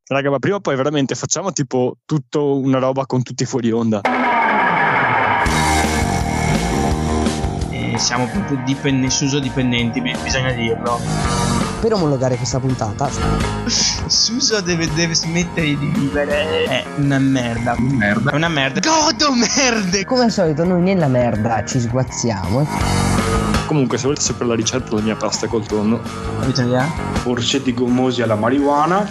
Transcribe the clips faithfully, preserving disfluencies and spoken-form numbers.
Raga, ma prima o poi veramente facciamo tipo tutto una roba con tutti fuori onda. E siamo proprio dipend- Suso dipendenti, bisogna dirlo. Per omologare questa puntata Suso deve, deve smettere di vivere. È una merda. Merda. È una merda. Godo merde. come al solito noi nella merda ci sguazziamo. Comunque, se volete sapere la ricetta della mia pasta col tonno, Avete un'idea? Orsetti gommosi alla marijuana.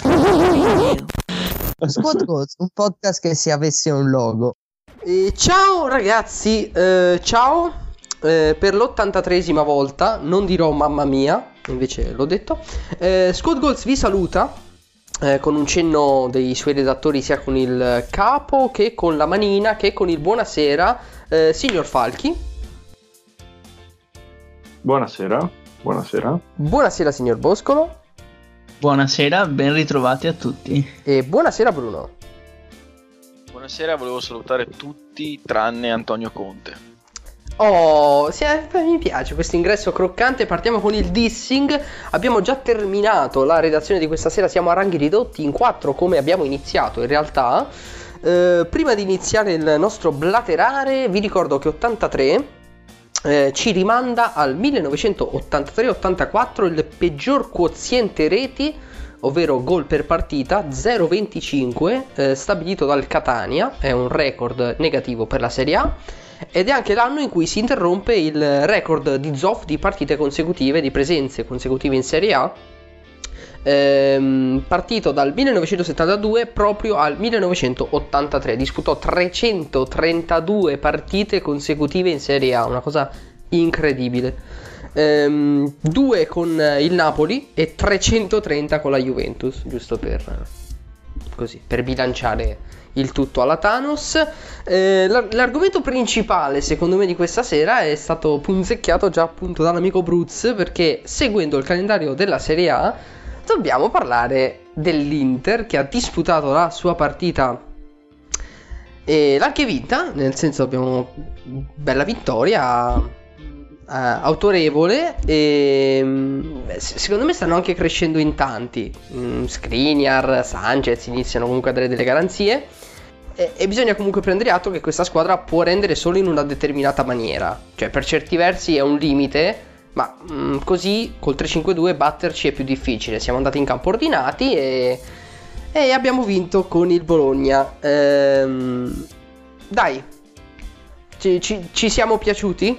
Squad Goals, un podcast che se avesse un logo. E ciao ragazzi, eh, ciao. Eh, per l'ottantatreesima volta, non dirò mamma mia, invece l'ho detto. eh, Squad Goals vi saluta eh, con un cenno dei suoi redattori, sia con il capo che con la manina che con il buonasera, eh, signor Falchi. Buonasera. Buonasera. Buonasera signor Boscolo. Buonasera, ben ritrovati a tutti. E buonasera Bruno. Buonasera, volevo salutare tutti tranne Antonio Conte. Oh, sì, eh, mi piace questo ingresso croccante. Partiamo con il dissing. Abbiamo già terminato la redazione di questa sera. Siamo a ranghi ridotti in quattro come abbiamo iniziato in realtà. eh, Prima di iniziare il nostro blaterare, vi ricordo che ottantatré eh, ci rimanda al millenovecentottantatré ottantaquattro, il peggior quoziente reti, ovvero gol per partita, zero virgola venticinque, eh, stabilito dal Catania. È un record negativo per la Serie A. Ed è anche l'anno in cui si interrompe il record di Zoff di partite consecutive, di presenze consecutive in Serie A, ehm, partito dal millenovecentosettantadue proprio al millenovecentottantatré. Disputò trecentotrentadue partite consecutive in Serie A, una cosa incredibile. Ehm, due con il Napoli e trecentotrenta con la Juventus, giusto per, così, per bilanciare il tutto alla Thanos. eh, L'argomento principale secondo me di questa sera è stato punzecchiato già appunto dall'amico Bruz, perché seguendo il calendario della Serie A dobbiamo parlare dell'Inter, che ha disputato la sua partita e l'ha anche vinta, nel senso abbiamo bella vittoria, Uh, autorevole, e um, secondo me stanno anche crescendo in tanti. um, Skriniar, Sanchez iniziano comunque a dare delle garanzie, e, e bisogna comunque prendere atto che questa squadra può rendere solo in una determinata maniera, cioè per certi versi è un limite, ma um, così col tre cinque due batterci è più difficile. Siamo andati in campo ordinati e, e abbiamo vinto con il Bologna. ehm, Dai, ci, ci, ci siamo piaciuti?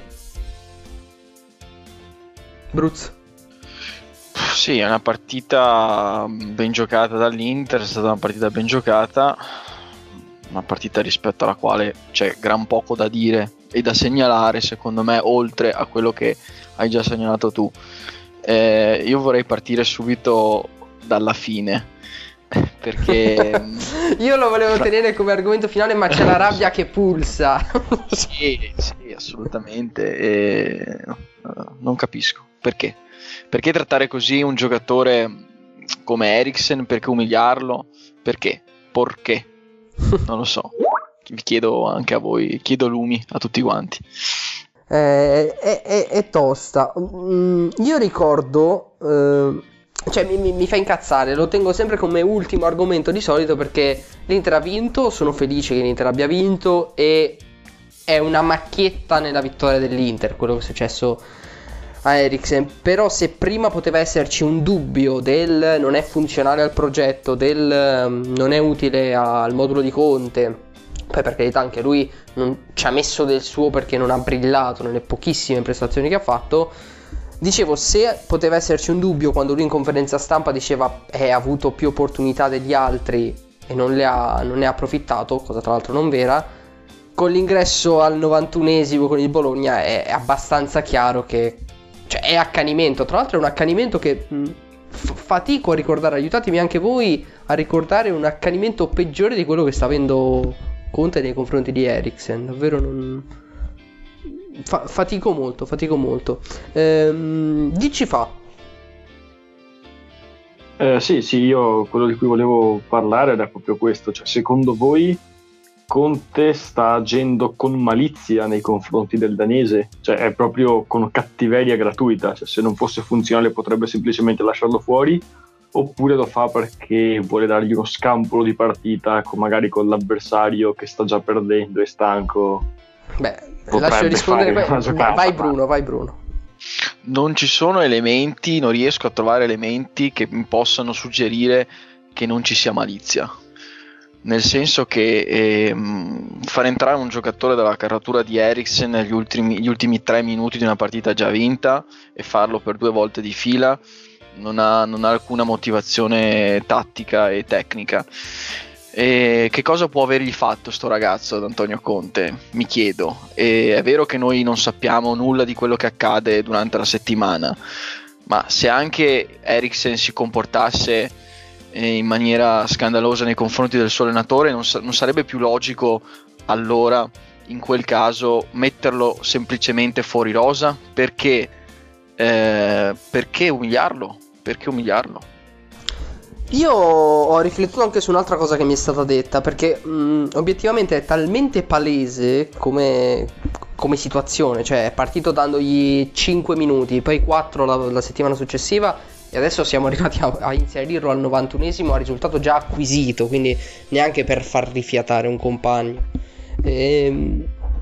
Bruz. Sì, è una partita ben giocata dall'Inter, è stata una partita ben giocata, una partita rispetto alla quale c'è gran poco da dire e da segnalare, secondo me, oltre a quello che hai già segnalato tu. Eh, io vorrei partire subito dalla fine, perché io lo volevo tenere come argomento finale, ma c'è la rabbia che pulsa. Sì, sì, assolutamente. E non capisco perché. Perché trattare così un giocatore come Eriksen? Perché umiliarlo? Perché? Perché? Non lo so. Vi chiedo anche a voi, chiedo lumi a tutti quanti. Eh, è, è, è tosta. Mm, io ricordo, eh, cioè mi, mi, mi fa incazzare, lo tengo sempre come ultimo argomento di solito, perché l'Inter ha vinto, sono felice che l'Inter abbia vinto e è una macchietta nella vittoria dell'Inter quello che è successo a Eriksen. Però se prima poteva esserci un dubbio del non è funzionale al progetto, del um, non è utile al modulo di Conte, poi per carità anche lui non ci ha messo del suo perché non ha brillato nelle pochissime prestazioni che ha fatto, dicevo, se poteva esserci un dubbio quando lui in conferenza stampa diceva eh, ha avuto più opportunità degli altri e non, le ha, non ne ha approfittato, cosa tra l'altro non vera, con l'ingresso al novantunesimo con il Bologna è, è abbastanza chiaro che, cioè, è accanimento. Tra l'altro è un accanimento che mh, f- fatico a ricordare, aiutatemi anche voi a ricordare un accanimento peggiore di quello che sta avendo Conte nei confronti di Eriksen. Davvero non... Fa- fatico molto, fatico molto. Ehm, dici fa. Eh, sì, sì, io quello di cui volevo parlare era proprio questo. Cioè, secondo voi Conte sta agendo con malizia nei confronti del danese? Cioè è proprio con cattiveria gratuita? Cioè, se non fosse funzionale potrebbe semplicemente lasciarlo fuori, oppure lo fa perché vuole dargli uno scampolo di partita, con, magari con l'avversario che sta già perdendo e stanco. Beh, lascio rispondere. Vai Bruno, vai Bruno. Non ci sono elementi, non riesco a trovare elementi che mi possano suggerire che non ci sia malizia. Nel senso che ehm, far entrare un giocatore dalla caratura di Eriksen negli ultimi, gli ultimi tre minuti di una partita già vinta e farlo per due volte di fila non ha, non ha alcuna motivazione tattica e tecnica. E che cosa può avergli fatto sto ragazzo ad Antonio Conte? Mi chiedo. E è vero che noi non sappiamo nulla di quello che accade durante la settimana, ma se anche Eriksen si comportasse in maniera scandalosa nei confronti del suo allenatore, non, sa- non sarebbe più logico allora in quel caso metterlo semplicemente fuori rosa? Perché eh, perché umiliarlo? Perché umiliarlo? Io ho riflettuto anche su un'altra cosa che mi è stata detta, perché mh, obiettivamente è talmente palese come, come situazione, cioè è partito dandogli cinque minuti, poi quattro la, la settimana successiva, e adesso siamo arrivati a, a inserirlo al novantunesimo a risultato già acquisito, quindi neanche per far rifiatare un compagno. Ehm,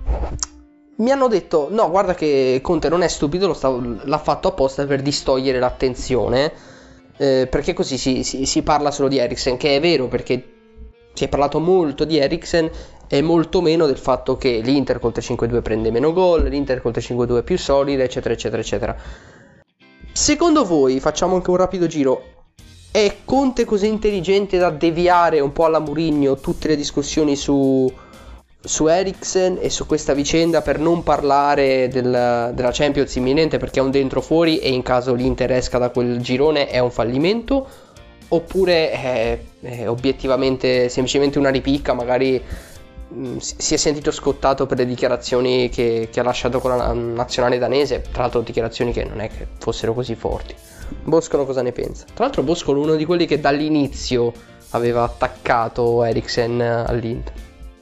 mi hanno detto no, guarda che Conte non è stupido, lo sta, l'ha fatto apposta per distogliere l'attenzione, eh, perché così si, si, si parla solo di Eriksen, che è vero, perché si è parlato molto di Eriksen e molto meno del fatto che l'Inter col tre cinque due prende meno gol, l'Inter col tre cinque due è più solida, eccetera eccetera eccetera. Secondo voi, facciamo anche un rapido giro, è Conte così intelligente da deviare un po' alla Mourinho tutte le discussioni su, su Eriksen e su questa vicenda, per non parlare del, della Champions imminente, perché è un dentro fuori e in caso l'Inter esca da quel girone è un fallimento? Oppure è, è obiettivamente semplicemente una ripicca, magari mh, si è sentito scottato per le dichiarazioni che, che ha lasciato con la nazionale danese, tra l'altro dichiarazioni che non è che fossero così forti. Boscolo cosa ne pensa? Tra l'altro Boscolo è uno di quelli che dall'inizio aveva attaccato Eriksen all'Inter.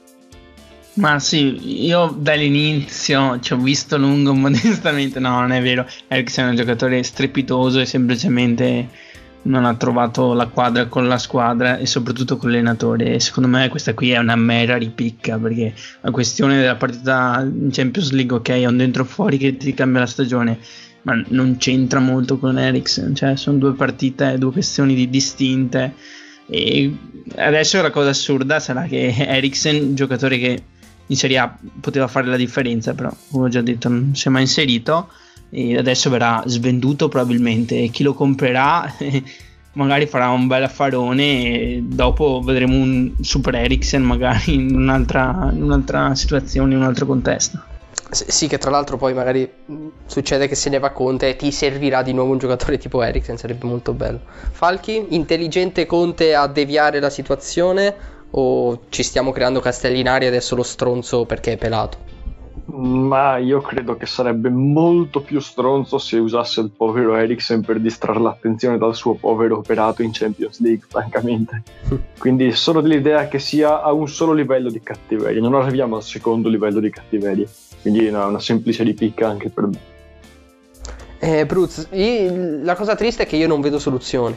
Ma sì, io dall'inizio ci ho visto lungo, modestamente no, non è vero. Eriksen è un giocatore strepitoso e semplicemente non ha trovato la quadra con la squadra e soprattutto con l'allenatore. E secondo me questa qui è una mera ripicca, perché la questione della partita in Champions League, ok, è un dentro fuori che ti cambia la stagione, ma non c'entra molto con Eriksen, cioè sono due partite, due questioni di distinte. E adesso la cosa assurda sarà che Eriksen, giocatore che in Serie A poteva fare la differenza, però come ho già detto non si è mai inserito, e adesso verrà svenduto probabilmente, e chi lo comprerà magari farà un bel affarone e dopo vedremo un super Eriksen magari in un'altra, in un'altra situazione, in un altro contesto. Sì, che tra l'altro poi magari succede che se ne va Conte e ti servirà di nuovo un giocatore tipo Eriksen, sarebbe molto bello. Falchi, intelligente Conte a deviare la situazione o ci stiamo creando castelli in aria adesso lo stronzo perché è pelato? Ma io credo che sarebbe molto più stronzo se usasse il povero Eriksen per distrarre l'attenzione dal suo povero operato in Champions League, francamente. Quindi sono dell'idea che sia a un solo livello di cattiveria, non arriviamo al secondo livello di cattiveria, quindi no, una semplice ripicca anche per me. Eh, Bruz, io, la cosa triste è che io non vedo soluzioni.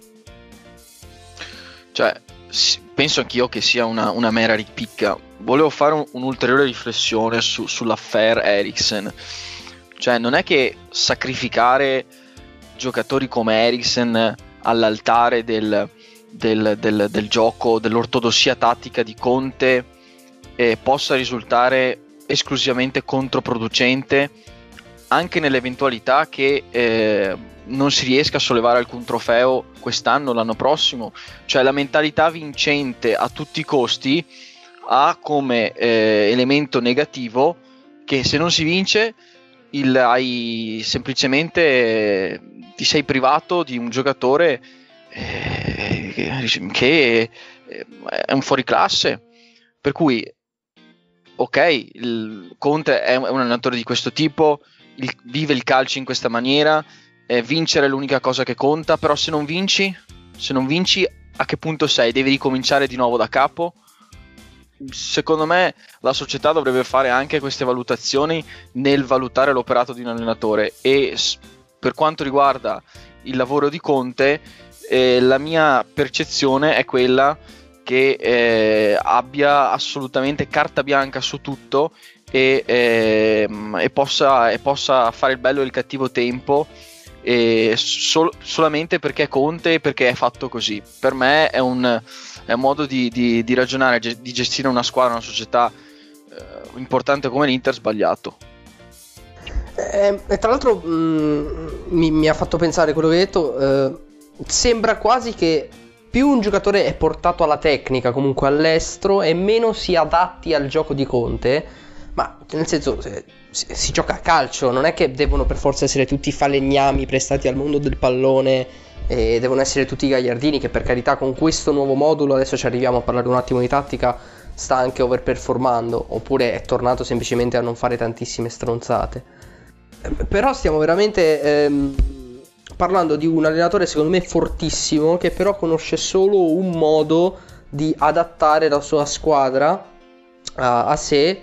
Cioè, penso anch'io che sia una, una mera ripicca. Volevo fare un, un'ulteriore riflessione su, sull'affair Eriksen. Cioè, non è che sacrificare giocatori come Eriksen all'altare del, del, del, del gioco, dell'ortodossia tattica di Conte eh, possa risultare esclusivamente controproducente, anche nell'eventualità che eh, non si riesca a sollevare alcun trofeo quest'anno, l'anno prossimo. Cioè, la mentalità vincente a tutti i costi ha come eh, elemento negativo che se non si vince il, hai semplicemente eh, ti sei privato di un giocatore eh, che è un fuoriclasse, per cui ok, il Conte è un allenatore di questo tipo, il, vive il calcio in questa maniera, eh, vincere è l'unica cosa che conta, però se non vinci se non vinci a che punto sei? Devi ricominciare di nuovo da capo? Secondo me la società dovrebbe fare anche queste valutazioni nel valutare l'operato di un allenatore, e per quanto riguarda il lavoro di Conte eh, la mia percezione è quella che eh, abbia assolutamente carta bianca su tutto e, eh, e, possa, e possa fare il bello e il cattivo tempo, e sol- solamente perché è Conte e perché è fatto così. Per me è un, è un modo di, di, di ragionare, di gestire una squadra, una società eh, importante come l'Inter sbagliato. Eh, e tra l'altro mh, mi, mi ha fatto pensare quello che hai detto. Eh, sembra quasi che più un giocatore è portato alla tecnica, comunque all'estero, e meno si adatti al gioco di Conte. Ma nel senso, si, si gioca a calcio, non è che devono per forza essere tutti falegnami prestati al mondo del pallone, e devono essere tutti gagliardini, che per carità con questo nuovo modulo, adesso ci arriviamo a parlare un attimo di tattica, sta anche overperformando, oppure è tornato semplicemente a non fare tantissime stronzate. Però stiamo veramente ehm, parlando di un allenatore secondo me fortissimo, che però conosce solo un modo di adattare la sua squadra a, a sé,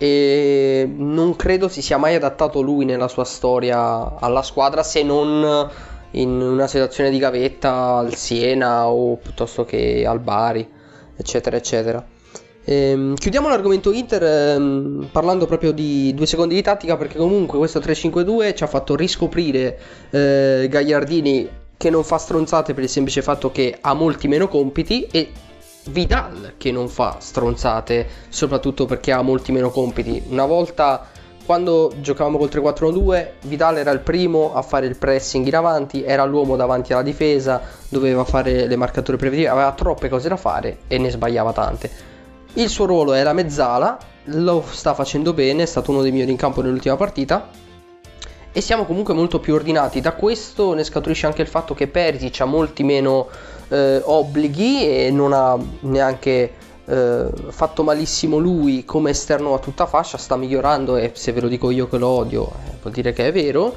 e non credo si sia mai adattato lui nella sua storia alla squadra, se non in una situazione di gavetta al Siena o piuttosto che al Bari, eccetera eccetera. Ehm, chiudiamo l'argomento Inter ehm, parlando proprio di due secondi di tattica, perché comunque questo tre cinque due ci ha fatto riscoprire eh, Gagliardini, che non fa stronzate per il semplice fatto che ha molti meno compiti, e Vidal che non fa stronzate soprattutto perché ha molti meno compiti. Una volta, quando giocavamo col tre quattro uno due, Vidal era il primo a fare il pressing in avanti, era l'uomo davanti alla difesa, doveva fare le marcature preventive, aveva troppe cose da fare e ne sbagliava tante. Il suo ruolo è la mezzala, lo sta facendo bene, è stato uno dei migliori in campo nell'ultima partita, e siamo comunque molto più ordinati. Da questo ne scaturisce anche il fatto che Perisic ha molti meno eh, obblighi e non ha neanche eh, fatto malissimo lui come esterno a tutta fascia, sta migliorando, e se ve lo dico io che lo odio eh, vuol dire che è vero.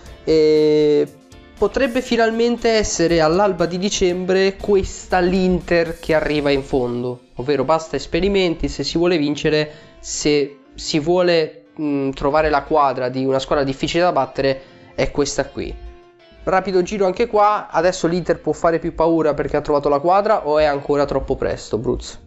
E potrebbe finalmente essere all'alba di dicembre questa l'Inter che arriva in fondo, ovvero basta esperimenti se si vuole vincere, se si vuole mh, trovare la quadra di una squadra difficile da battere, è questa qui. Rapido giro anche qua, adesso l'Inter può fare più paura perché ha trovato la quadra, o è ancora troppo presto, Bruz?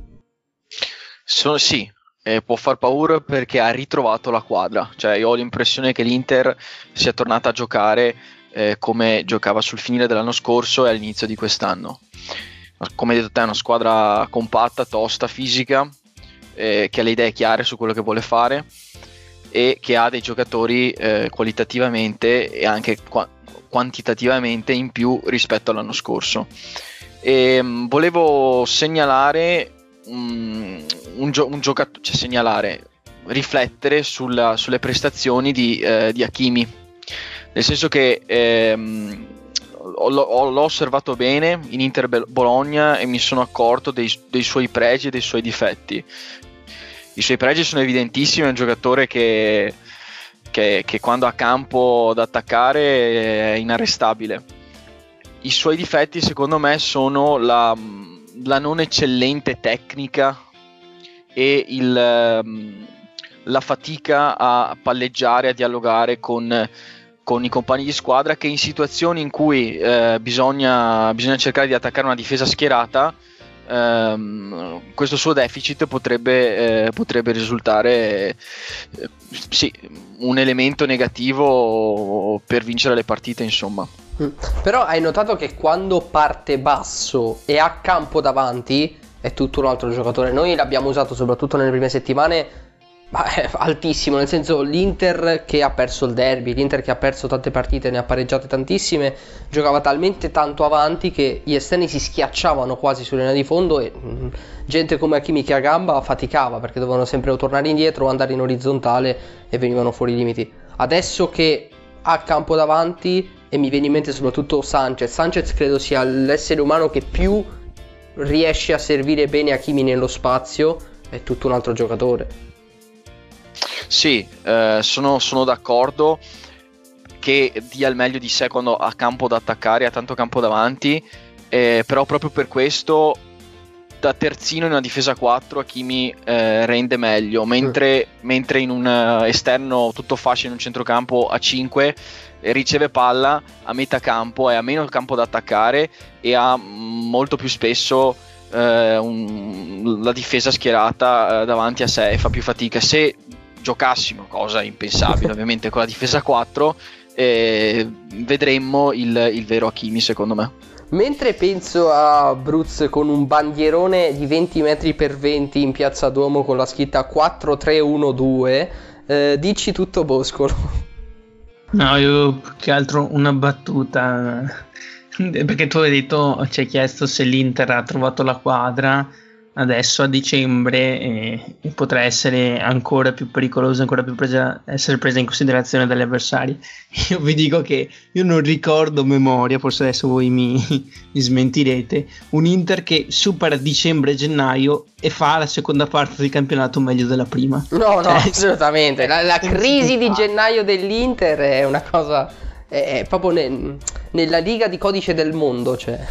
So, sì, eh, può far paura perché ha ritrovato la quadra, cioè io ho l'impressione che l'Inter sia tornata a giocare eh, come giocava sul finire dell'anno scorso e all'inizio di quest'anno. Come hai detto te, è una squadra compatta, tosta, fisica, eh, che ha le idee chiare su quello che vuole fare e che ha dei giocatori eh, qualitativamente e anche qua- quantitativamente in più rispetto all'anno scorso. E, mh, volevo segnalare un, un, gio- un giocatore, cioè segnalare, riflettere sulla, sulle prestazioni di, eh, di Hakimi, nel senso che ehm, ho, ho, l'ho osservato bene in Inter Bologna e mi sono accorto dei, dei suoi pregi e dei suoi difetti. I suoi pregi sono evidentissimi, è un giocatore che, che, che quando ha campo da attaccare è inarrestabile. I suoi difetti secondo me sono la, la non eccellente tecnica e il, la fatica a palleggiare, a dialogare con, con i compagni di squadra, che in situazioni in cui eh, bisogna, bisogna cercare di attaccare una difesa schierata, ehm, questo suo deficit potrebbe, eh, potrebbe risultare eh, sì, un elemento negativo per vincere le partite, insomma. Però hai notato che quando parte basso e ha campo davanti è tutto un altro giocatore. Noi l'abbiamo usato soprattutto nelle prime settimane, ma è altissimo, nel senso, l'Inter che ha perso il derby, l'Inter che ha perso tante partite, ne ha pareggiate tantissime, giocava talmente tanto avanti che gli esterni si schiacciavano quasi sulle linee di fondo e mh, gente come Hakimi che a gamba faticava perché dovevano sempre o tornare indietro o andare in orizzontale e venivano fuori i limiti. Adesso che ha campo davanti, e mi viene in mente soprattutto Sanchez Sanchez credo sia l'essere umano che più riesce a servire bene Hakimi nello spazio, è tutto un altro giocatore. Sì, eh, sono, sono d'accordo che dia il meglio di sé quando ha campo da attaccare, ha tanto campo davanti, eh, però proprio per questo da terzino in una difesa quattro Hakimi eh, rende meglio, mentre, mm. mentre in un uh, esterno tutto facile in un centrocampo a cinque eh, riceve palla a metà campo e ha meno campo da attaccare e ha molto più spesso eh, un, la difesa schierata eh, davanti a sé e fa più fatica. Se giocassimo, cosa impensabile ovviamente, con la difesa quattro eh, vedremmo il, il vero Hakimi, secondo me. Mentre penso a Bruz con un bandierone di venti metri per venti in Piazza Duomo con la scritta quattro tre uno due, eh, dici tutto, Boscolo. No, io più che altro una battuta, perché tu hai detto, ci hai chiesto se l'Inter ha trovato la quadra adesso a dicembre e, e potrà essere ancora più pericolosa, ancora più presa, essere presa in considerazione dagli avversari. Io vi dico che io non ricordo memoria, forse adesso voi mi, mi smentirete, un Inter che supera dicembre e gennaio e fa la seconda parte del campionato meglio della prima. No, no, cioè, assolutamente. La, la crisi di gennaio dell'Inter è una cosa, è, è proprio ne, nella liga di codice del mondo, cioè.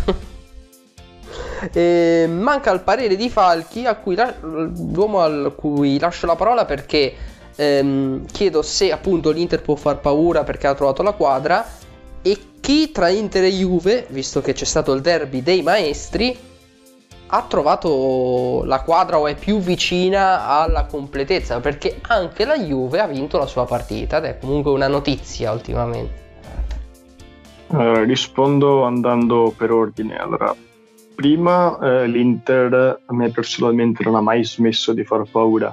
E manca il parere di Falchi, a cui la, l'uomo al cui lascio la parola, perché ehm, chiedo se appunto l'Inter può far paura perché ha trovato la quadra, e chi tra Inter e Juve, visto che c'è stato il derby dei maestri, ha trovato la quadra o è più vicina alla completezza, perché anche la Juve ha vinto la sua partita ed è comunque una notizia ultimamente. Allora, rispondo andando per ordine. Allora, prima eh, l'Inter a me personalmente non ha mai smesso di far paura,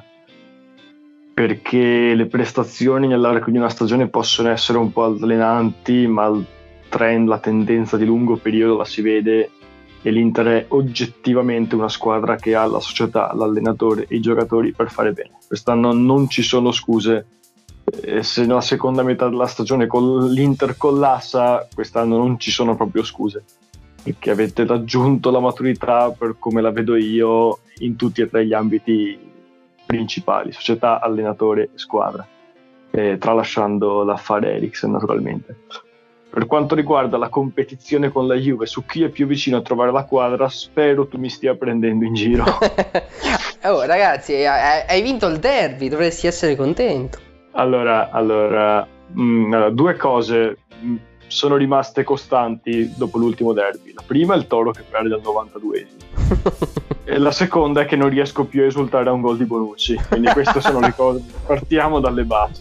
perché le prestazioni nell'arco di una stagione possono essere un po' altalenanti, ma il trend, la tendenza di lungo periodo la si vede, e l'Inter è oggettivamente una squadra che ha la società, l'allenatore e i giocatori per fare bene. Quest'anno non ci sono scuse, e se nella seconda metà della stagione con l'Inter collassa, quest'anno non ci sono proprio scuse, perché avete raggiunto la maturità, per come la vedo io, in tutti e tre gli ambiti principali: società, allenatore e squadra, eh, tralasciando l'affare Eriksen naturalmente. Per quanto riguarda la competizione con la Juve su chi è più vicino a trovare la quadra, spero tu mi stia prendendo in giro. Oh ragazzi, hai vinto il derby, dovresti essere contento. Allora, allora, mh, due cose mh, sono rimaste costanti dopo l'ultimo derby. La prima è il Toro che perde al novantaduesimo e la seconda è che non riesco più a esultare a un gol di Bonucci. Quindi queste sono le cose, partiamo dalle basi.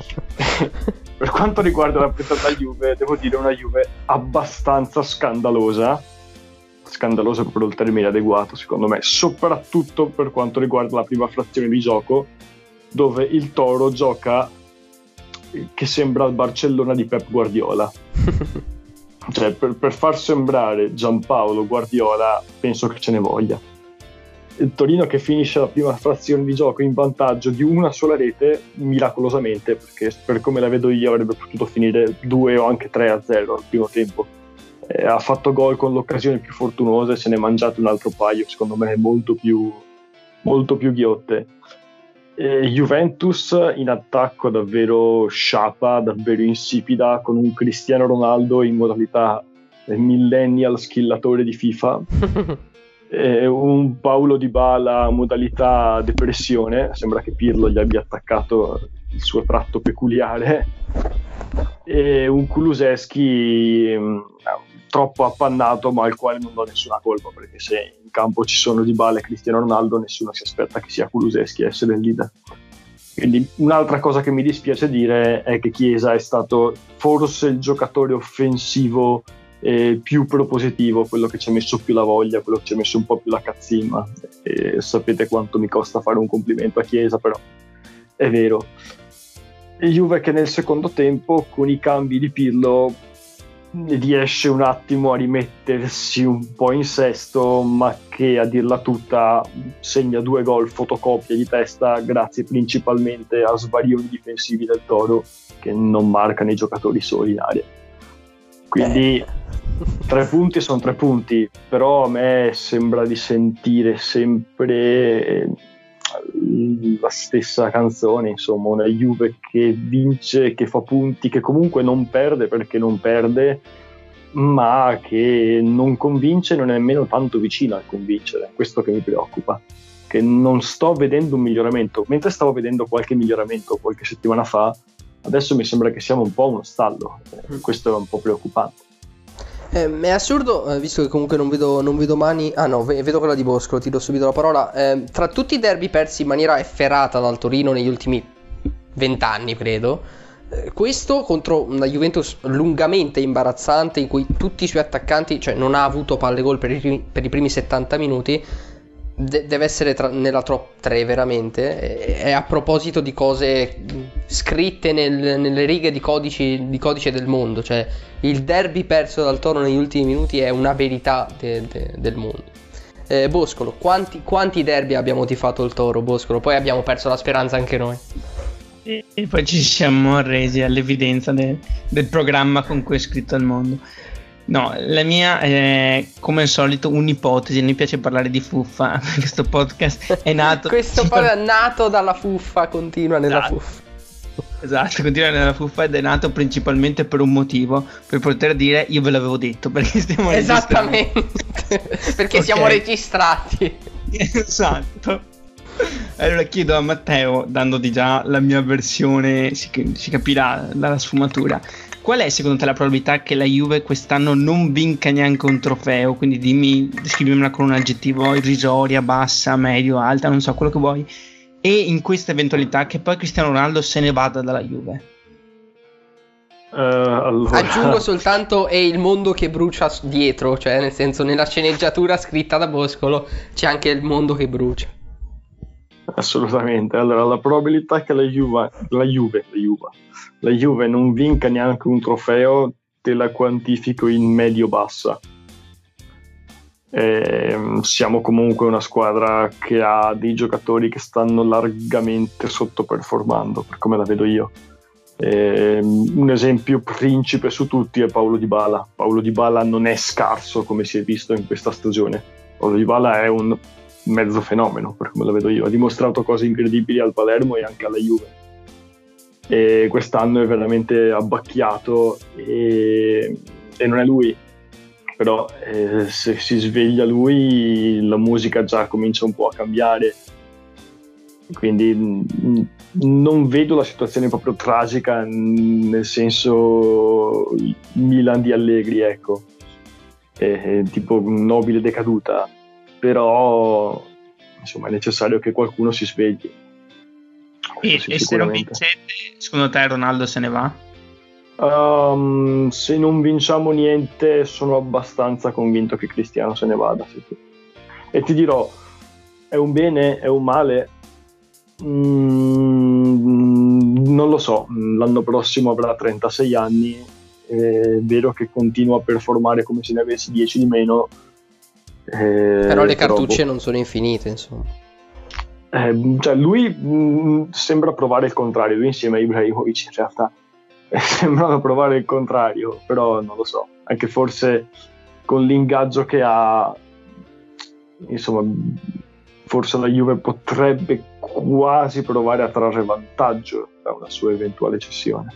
Per quanto riguarda la prestata Juve, devo dire una Juve abbastanza scandalosa, scandalosa è proprio il termine adeguato secondo me, soprattutto per quanto riguarda la prima frazione di gioco, dove il Toro gioca che sembra il Barcellona di Pep Guardiola. Cioè, per, per far sembrare Giampaolo Guardiola penso che ce ne voglia. Il Torino che finisce la prima frazione di gioco in vantaggio di una sola rete, miracolosamente, perché per come la vedo io avrebbe potuto finire due o anche tre a zero al primo tempo. Eh, ha fatto gol con l'occasione più fortunosa e se ne è mangiato un altro paio, secondo me molto più, molto più ghiotte. E Juventus in attacco davvero sciapa, davvero insipida, con un Cristiano Ronaldo in modalità millennial skillatore di FIFA. E un Paulo Dybala modalità depressione, sembra che Pirlo gli abbia attaccato il suo tratto peculiare, e un Kulusevski mh, troppo appannato, ma al quale non do nessuna colpa, perché se in campo ci sono Dybala e Cristiano Ronaldo nessuno si aspetta che sia Kulusevski a essere il leader. Quindi un'altra cosa che mi dispiace dire è che Chiesa è stato forse il giocatore offensivo eh, più propositivo, quello che ci ha messo più la voglia, quello che ci ha messo un po' più la cazzimma, e sapete quanto mi costa fare un complimento a Chiesa, però è vero. E Juve che nel secondo tempo con i cambi di Pirlo riesce un attimo a rimettersi un po' in sesto, ma che a dirla tutta segna due gol fotocopie di testa grazie principalmente a svarioni difensivi del Toro che non marcano i giocatori soli in area. Quindi eh. tre punti sono tre punti, però a me sembra di sentire sempre la stessa canzone, insomma, una Juve che vince, che fa punti, che comunque non perde perché non perde, ma che non convince, non è nemmeno tanto vicina al convincere. Questo che mi preoccupa, che non sto vedendo un miglioramento, mentre stavo vedendo qualche miglioramento qualche settimana fa, adesso mi sembra che siamo un po' uno stallo. Eh, questo è un po' preoccupante. Eh, è assurdo, eh, visto che comunque non vedo, non vedo mani. Ah no, ve- vedo quella di Boscolo, ti do subito la parola. Eh, tra tutti i derby persi in maniera efferata dal Torino negli ultimi vent'anni, credo, eh, questo contro una Juventus lungamente imbarazzante, in cui tutti i suoi attaccanti, cioè non ha avuto palle gol per i primi, per i primi settanta minuti, de- deve essere tra- nella top tre veramente. E, e a proposito di cose scritte nel- nelle righe di, codici, di codice del mondo, cioè il derby perso dal Toro negli ultimi minuti è una verità de- de- del mondo. eh, Boscolo, quanti, quanti derby abbiamo tifato il Toro, Boscolo? Poi abbiamo perso la speranza anche noi. E, e poi ci siamo resi all'evidenza de- del programma con cui è scritto al mondo. No, la mia è come al solito un'ipotesi, mi piace parlare di fuffa. Questo podcast è nato Questo poi è nato dalla fuffa, continua nella Esatto. fuffa. Esatto, continua nella fuffa ed è nato principalmente per un motivo, per poter dire io ve l'avevo detto, perché stiamo Esattamente. Perché Ok. siamo registrati. Esatto. Allora chiedo a Matteo, dando di già la mia versione, si, si capirà dalla sfumatura, qual è secondo te la probabilità che la Juve quest'anno non vinca neanche un trofeo? Quindi dimmi, descrivimela con un aggettivo: irrisoria, bassa, medio, alta, non so, quello che vuoi. E in questa eventualità che poi Cristiano Ronaldo se ne vada dalla Juve. Uh, allora... Aggiungo soltanto è il mondo che brucia dietro, cioè nel senso nella sceneggiatura scritta da Boscolo c'è anche il mondo che brucia. Assolutamente. Allora, la probabilità che la Juve, la Juve, la Juve, la Juve non vinca neanche un trofeo te la quantifico in medio-bassa. Eh, siamo comunque una squadra che ha dei giocatori che stanno largamente sottoperformando, per come la vedo io. Eh, un esempio principe su tutti è Paulo Dybala. Paulo Dybala non è scarso come si è visto in questa stagione. Paulo Dybala è un mezzo fenomeno, per come la vedo io. Ha dimostrato cose incredibili al Palermo e anche alla Juve, e quest'anno è veramente abbacchiato e, e non è lui. Però eh, se si sveglia lui la musica già comincia un po' a cambiare, quindi mh, non vedo la situazione proprio tragica, mh, nel senso Milan di Allegri, ecco, eh, tipo nobile decaduta, però insomma è necessario che qualcuno si svegli. E, Sì, e se non vincete, secondo te Ronaldo se ne va? Um, se non vinciamo niente sono abbastanza convinto che Cristiano se ne vada, sì, sì. E ti dirò, è un bene, è un male? Mm, non lo so. L'anno prossimo avrà trentasei anni, è vero che continua a performare come se ne avessi dieci di meno, eh, Però le cartucce però, non sono infinite, insomma. eh, cioè lui mh, sembra provare il contrario, lui insieme a Ibrahimovic in realtà sembrano provare il contrario, però non lo so, anche forse con l'ingaggio che ha, insomma, forse la Juve potrebbe quasi provare a trarre vantaggio da una sua eventuale cessione.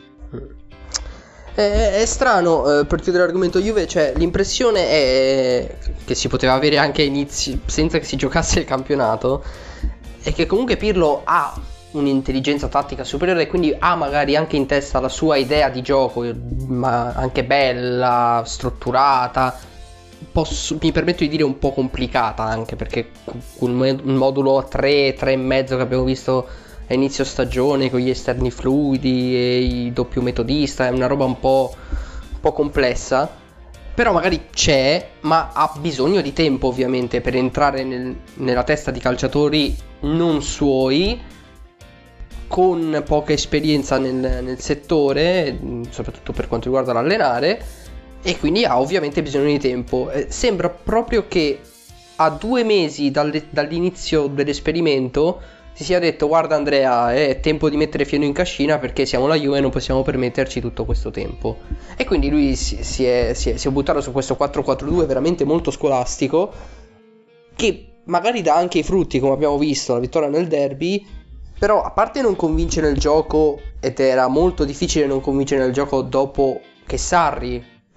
È, è strano, eh, per chiudere l'argomento Juve, cioè l'impressione è che si poteva avere anche inizi, senza che si giocasse il campionato, è che comunque Pirlo ha un'intelligenza tattica superiore e quindi ha magari anche in testa la sua idea di gioco, ma anche bella, strutturata, posso, mi permetto di dire un po' complicata anche, perché un modulo a tre, tre e mezzo che abbiamo visto a inizio stagione con gli esterni fluidi e i doppio metodista è una roba un po', un po' complessa, però magari c'è, ma ha bisogno di tempo ovviamente per entrare nel, nella testa di calciatori non suoi, con poca esperienza nel, nel settore, soprattutto per quanto riguarda l'allenare, e quindi ha ovviamente bisogno di tempo. Eh, sembra proprio che a due mesi dalle, dall'inizio dell'esperimento si sia detto: guarda Andrea, è tempo di mettere fieno in cascina perché siamo la Juve e non possiamo permetterci tutto questo tempo. E quindi lui si, si, è, si, è, si è buttato su questo quattro quattro due veramente molto scolastico, che magari dà anche i frutti, come abbiamo visto, la vittoria nel derby. Però a parte non convincere nel gioco, ed era molto difficile non convincere nel gioco dopo che Sarri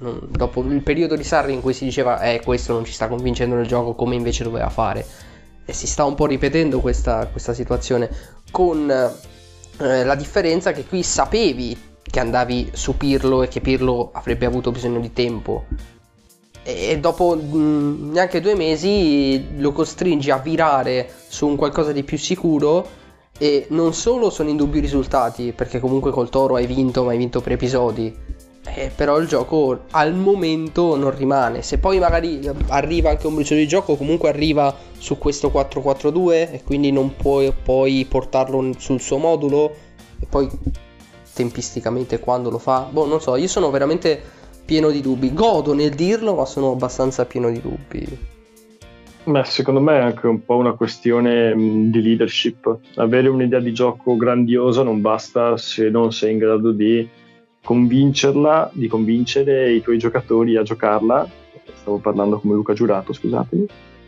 non, dopo il periodo di Sarri in cui si diceva eh questo non ci sta convincendo nel gioco come invece doveva fare, e si sta un po' ripetendo questa, questa situazione, con eh, la differenza che qui sapevi che andavi su Pirlo e che Pirlo avrebbe avuto bisogno di tempo, e dopo mh, neanche due mesi lo costringi a virare su un qualcosa di più sicuro, e non solo sono indubbi i risultati, perché comunque col Toro hai vinto, ma hai vinto per episodi, eh, però il gioco al momento non rimane. Se poi magari arriva anche un briciolo di gioco, comunque arriva su questo quattro quattro due e quindi non puoi poi portarlo sul suo modulo, e poi tempisticamente quando lo fa, boh, non so, io sono veramente pieno di dubbi, godo nel dirlo ma sono abbastanza pieno di dubbi. Beh, secondo me è anche un po' una questione mh, di leadership. Avere un'idea di gioco grandiosa non basta se non sei in grado di convincerla, di convincere i tuoi giocatori a giocarla. Stavo parlando come Luca Giurato, scusatemi.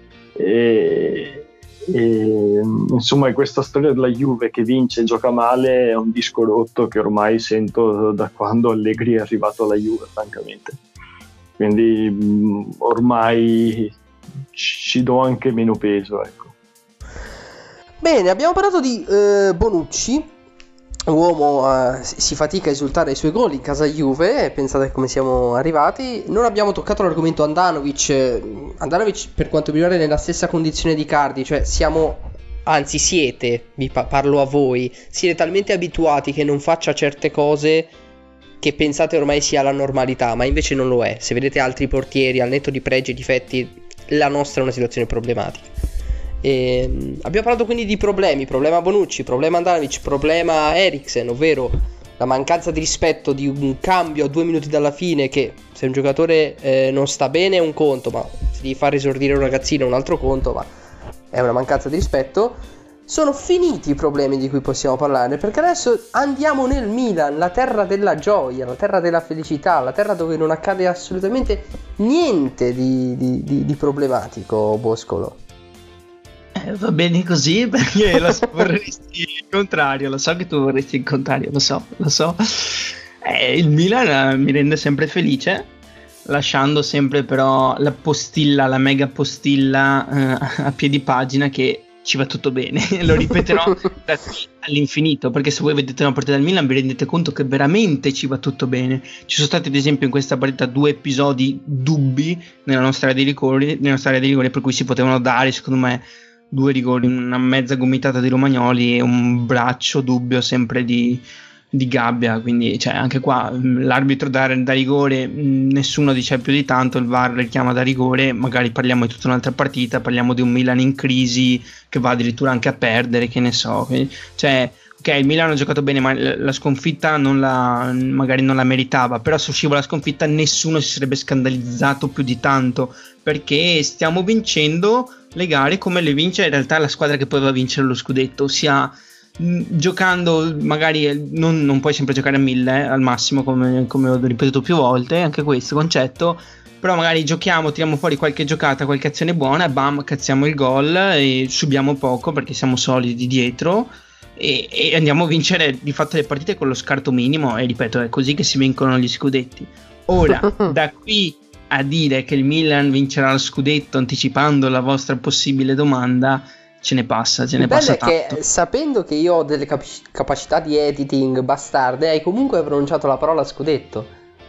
E, e insomma, questa storia della Juve che vince e gioca male è un disco rotto che ormai sento da quando Allegri è arrivato alla Juve, francamente. Quindi mh, ormai ci do anche meno peso, ecco. Bene, abbiamo parlato di eh, Bonucci, uomo eh, si fatica a esultare ai suoi gol in casa Juve, pensate come siamo arrivati. Non abbiamo toccato l'argomento Handanovic. Handanovic, per quanto mi riguarda, è nella stessa condizione di Cardi, cioè siamo, anzi siete, vi pa- parlo a voi, siete talmente abituati che non faccia certe cose che pensate ormai sia la normalità, ma invece non lo è. Se vedete altri portieri, al netto di pregi e difetti, la nostra è una situazione problematica. E abbiamo parlato quindi di problemi: problema Bonucci, problema Handanovic, problema Eriksen, ovvero la mancanza di rispetto di un cambio a due minuti dalla fine, che se un giocatore eh, non sta bene è un conto, ma se devi far esordire un ragazzino è un altro conto, ma è una mancanza di rispetto. Sono finiti i problemi di cui possiamo parlare, perché adesso andiamo nel Milan, la terra della gioia, la terra della felicità, la terra dove non accade assolutamente niente di, di, di, di problematico, Boscolo. Eh, va bene così, perché lo so, vorresti il contrario, lo so che tu vorresti il contrario, lo so, lo so. Eh, il Milan eh, mi rende sempre felice, lasciando sempre però la postilla, la mega postilla eh, a piedi pagina che ci va tutto bene. Lo ripeterò da qui all'infinito, perché se voi vedete una partita del Milan vi rendete conto che veramente ci va tutto bene. Ci sono stati ad esempio in questa partita due episodi dubbi nella nostra area di rigori, nella nostra area di rigori, per cui si potevano dare secondo me due rigori, una mezza gomitata di Romagnoli e un braccio dubbio sempre di, di Gabbia. Quindi cioè, anche qua l'arbitro da, da rigore nessuno dice più di tanto, il V A R richiama da rigore, magari parliamo di tutta un'altra partita, parliamo di un Milan in crisi che va addirittura anche a perdere, che ne so. Quindi, cioè ok, il Milan ha giocato bene, ma la sconfitta non la, magari non la meritava, però se usciva la sconfitta nessuno si sarebbe scandalizzato più di tanto, perché stiamo vincendo le gare come le vince in realtà la squadra che poteva vincere lo scudetto, ossia giocando magari non, non puoi sempre giocare a mille eh, al massimo, come, come ho ripetuto più volte, anche questo concetto, però magari giochiamo, tiriamo fuori qualche giocata, qualche azione buona e bam, cazziamo il gol e subiamo poco perché siamo solidi dietro e, e andiamo a vincere di fatto le partite con lo scarto minimo, e ripeto, è così che si vincono gli scudetti. Ora da qui a dire che il Milan vincerà lo scudetto anticipando la vostra possibile domanda, ce ne passa, ce ne passa tanto. Il bello è che, sapendo che io ho delle cap- capacità di editing bastarde, hai comunque pronunciato la parola scudetto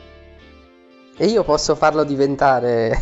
e io posso farlo diventare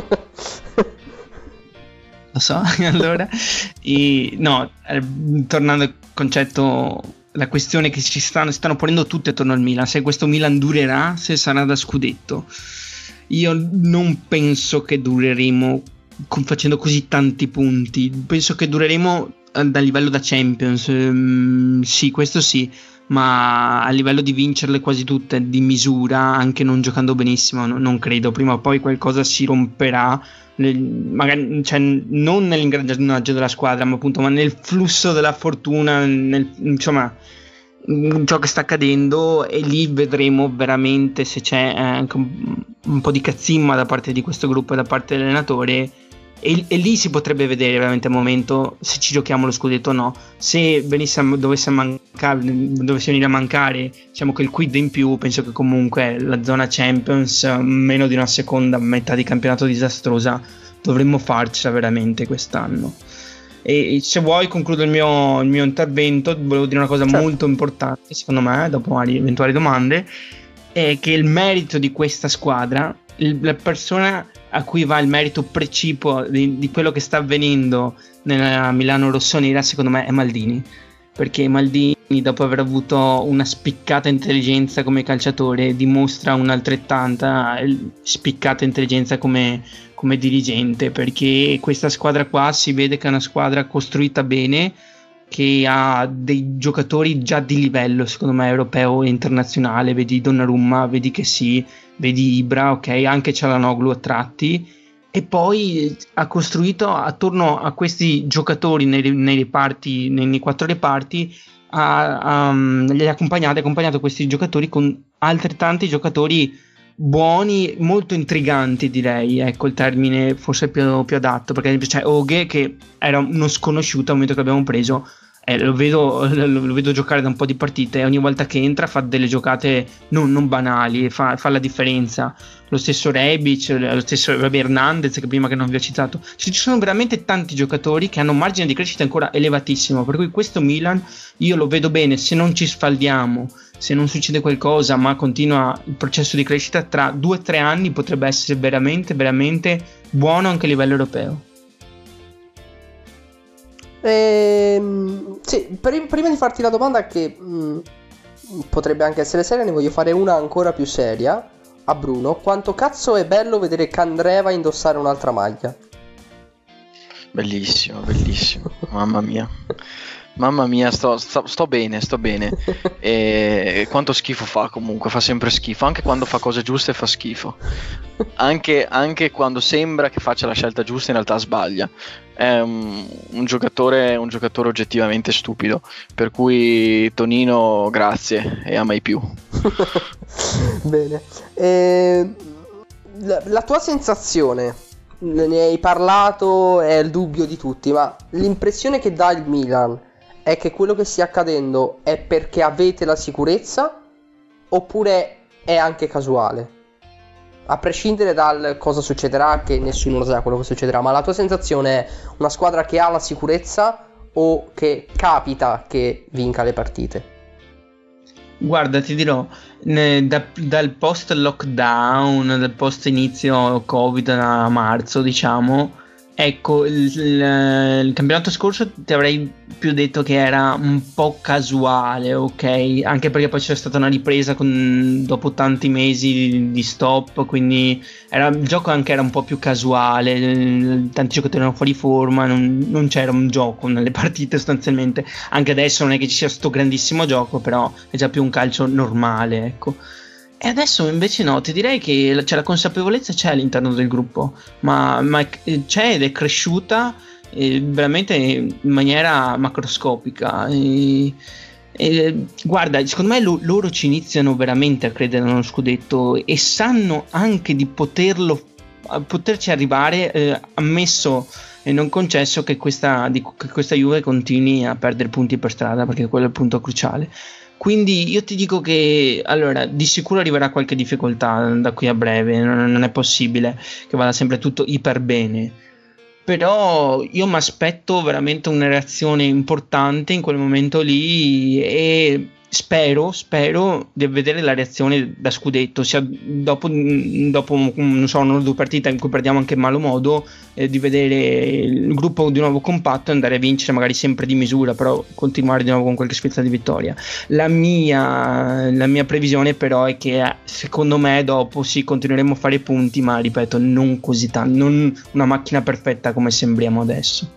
lo so. Allora e, no, eh, tornando al concetto, la questione che ci stanno, stanno ponendo tutte attorno al Milan, se questo Milan durerà, se sarà da scudetto. Io non penso che dureremo facendo così tanti punti, penso che dureremo dal livello da Champions, ehm, sì, questo sì, ma a livello di vincerle quasi tutte di misura, anche non giocando benissimo, no, non credo. Prima o poi qualcosa si romperà, nel, magari, cioè, non nell'ingranaggio della squadra, ma appunto ma nel flusso della fortuna, nel, insomma ciò che sta accadendo, e lì vedremo veramente se c'è anche un, un po' di cazzimma da parte di questo gruppo e da parte dell'allenatore, E, e lì si potrebbe vedere veramente al momento se ci giochiamo lo scudetto o no. Se venisse, dovesse, mancare, dovesse venire a mancare, diciamo, che il quid in più, penso che comunque la zona Champions, meno di una seconda metà di campionato disastrosa, dovremmo farcela veramente quest'anno. E se vuoi concludo il mio, il mio intervento. Volevo dire una cosa certo. molto importante secondo me, dopo magari eventuali domande, è che il merito di questa squadra, il, la persona a cui va il merito precipuo di, di quello che sta avvenendo nella Milano rossonera, secondo me è Maldini, perché Maldini, dopo aver avuto una spiccata intelligenza come calciatore, dimostra un'altrettanta spiccata intelligenza come, come dirigente, perché questa squadra qua si vede che è una squadra costruita bene, che ha dei giocatori già di livello secondo me europeo e internazionale. Vedi Donnarumma, vedi che sì, vedi Ibra, ok, anche Çalhanoğlu a tratti, e poi ha costruito attorno a questi giocatori nei, nei reparti, nei, nei quattro reparti, ha, ha, li ha accompagnati, ha accompagnato questi giocatori con altrettanti giocatori buoni, molto intriganti, direi, ecco il termine forse più, più adatto, perché ad esempio c'è Oghe che era uno sconosciuto al momento che l'abbiamo preso. Eh, lo, vedo, lo, lo vedo giocare da un po' di partite e ogni volta che entra fa delle giocate non, non banali, fa, fa la differenza. Lo stesso Rebic, lo stesso vabbè, Hernandez, che prima che non vi ho citato. Ci sono veramente tanti giocatori che hanno un margine di crescita ancora elevatissimo, per cui questo Milan io lo vedo bene. Se non ci sfaldiamo, se non succede qualcosa ma continua il processo di crescita, tra due o tre anni potrebbe essere veramente veramente buono anche a livello europeo. Ehm, sì, per, prima di farti la domanda che mh, potrebbe anche essere seria, ne voglio fare una ancora più seria a Bruno. Quanto cazzo è bello vedere Candreva indossare un'altra maglia? Bellissimo, bellissimo, mamma mia. Mamma mia, sto, sto, sto bene, sto bene. E quanto schifo fa comunque, fa sempre schifo. Anche quando fa cose giuste fa schifo. Anche, anche quando sembra che faccia la scelta giusta in realtà sbaglia. È un, un giocatore un giocatore oggettivamente stupido. Per cui Tonino, grazie e a mai più. Bene. Eh, la, la tua sensazione, ne hai parlato, è il dubbio di tutti, ma l'impressione che dà il Milan è che quello che stia accadendo è perché avete la sicurezza oppure è anche casuale? A prescindere dal cosa succederà, che nessuno lo sa quello che succederà, ma la tua sensazione è una squadra che ha la sicurezza o che capita che vinca le partite? Guarda, ti dirò, ne, da, dal post lockdown, dal post inizio Covid a marzo, diciamo, ecco, il, il, il campionato scorso ti avrei più detto che era un po' casuale, ok? Anche perché poi c'è stata una ripresa con, dopo tanti mesi di, di stop, quindi era, il gioco anche era un po' più casuale, tanti giocatori erano fuori forma, non, non c'era un gioco nelle partite sostanzialmente. Anche adesso non è che ci sia sto grandissimo gioco, però è già più un calcio normale, ecco. E adesso invece no, ti direi che c'è la consapevolezza, c'è all'interno del gruppo, ma, ma c'è ed è cresciuta eh, veramente in maniera macroscopica. E, e, guarda, secondo me lo, loro ci iniziano veramente a credere nello scudetto e sanno anche di poterlo, poterci arrivare, eh, ammesso e non concesso che questa, di, che questa Juve continui a perdere punti per strada, perché quello è il punto cruciale. Quindi io ti dico che allora di sicuro arriverà qualche difficoltà da qui a breve, non, non è possibile che vada sempre tutto iper bene, però io mi aspetto veramente una reazione importante in quel momento lì e spero, spero di vedere la reazione da scudetto, sia dopo, dopo non so, una o due partite in cui perdiamo anche in malo modo, eh, di vedere il gruppo di nuovo compatto e andare a vincere magari sempre di misura, però continuare di nuovo con qualche spezza di vittoria. La mia, la mia previsione però è che secondo me dopo sì, continueremo a fare punti, ma ripeto, non così tanto, non una macchina perfetta come sembriamo adesso.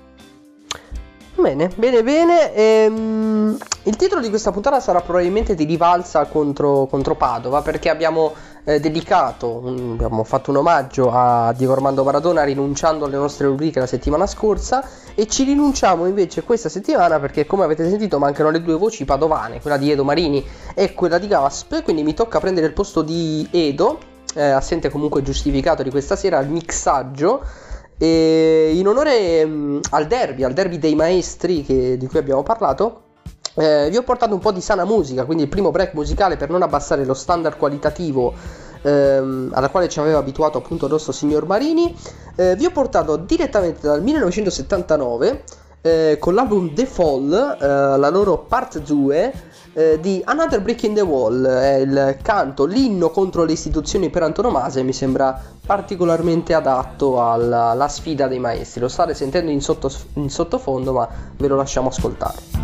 Bene, bene, bene. Ehm, il titolo di questa puntata sarà probabilmente di rivalsa contro, contro Padova, perché abbiamo eh, dedicato, un, abbiamo fatto un omaggio a Diego Armando Maradona rinunciando alle nostre rubriche la settimana scorsa e ci rinunciamo invece questa settimana perché, come avete sentito, mancano le due voci padovane, quella di Edo Marini e quella di Gasp, quindi mi tocca prendere il posto di Edo, eh, assente comunque giustificato di questa sera, al mixaggio. E in onore mh, al derby, al derby dei maestri che, di cui abbiamo parlato, eh, vi ho portato un po' di sana musica, quindi il primo break musicale per non abbassare lo standard qualitativo ehm, alla quale ci aveva abituato appunto il nostro signor Marini. Eh, vi ho portato direttamente dal millenovecentosettantanove eh, con l'album The Fall, eh, la loro part due eh, di Another Brick in the Wall, è il canto, l'inno contro le istituzioni per antonomasia, e mi sembra particolarmente adatto alla, alla sfida dei maestri. Lo state sentendo in, sotto, in sottofondo, ma ve lo lasciamo ascoltare.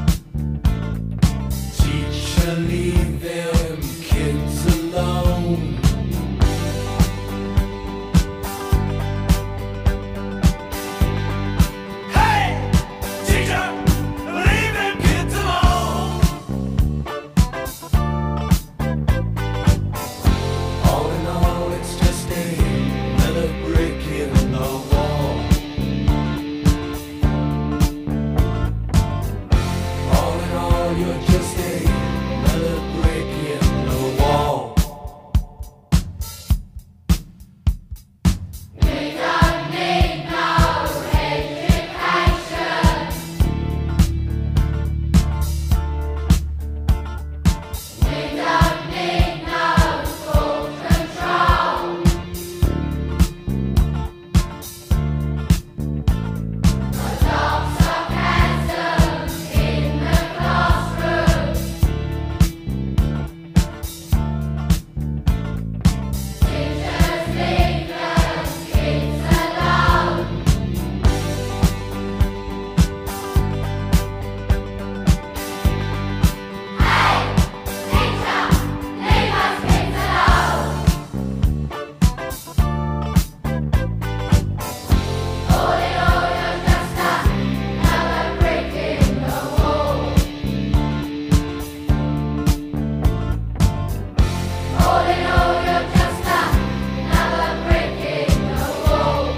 Leave them kids alone. Hey, teacher, leave them kids alone. All in all, it's just another brick in the wall. All in all, you're just a brick in the wall. We don't need no education. We don't need no school control. Adults are handsome in the classroom. Teachers leave them kids alone. Hey, teacher, leave us kids alone. All in all, you're just another brick in the wall. All in all, you're just another brick in the wall.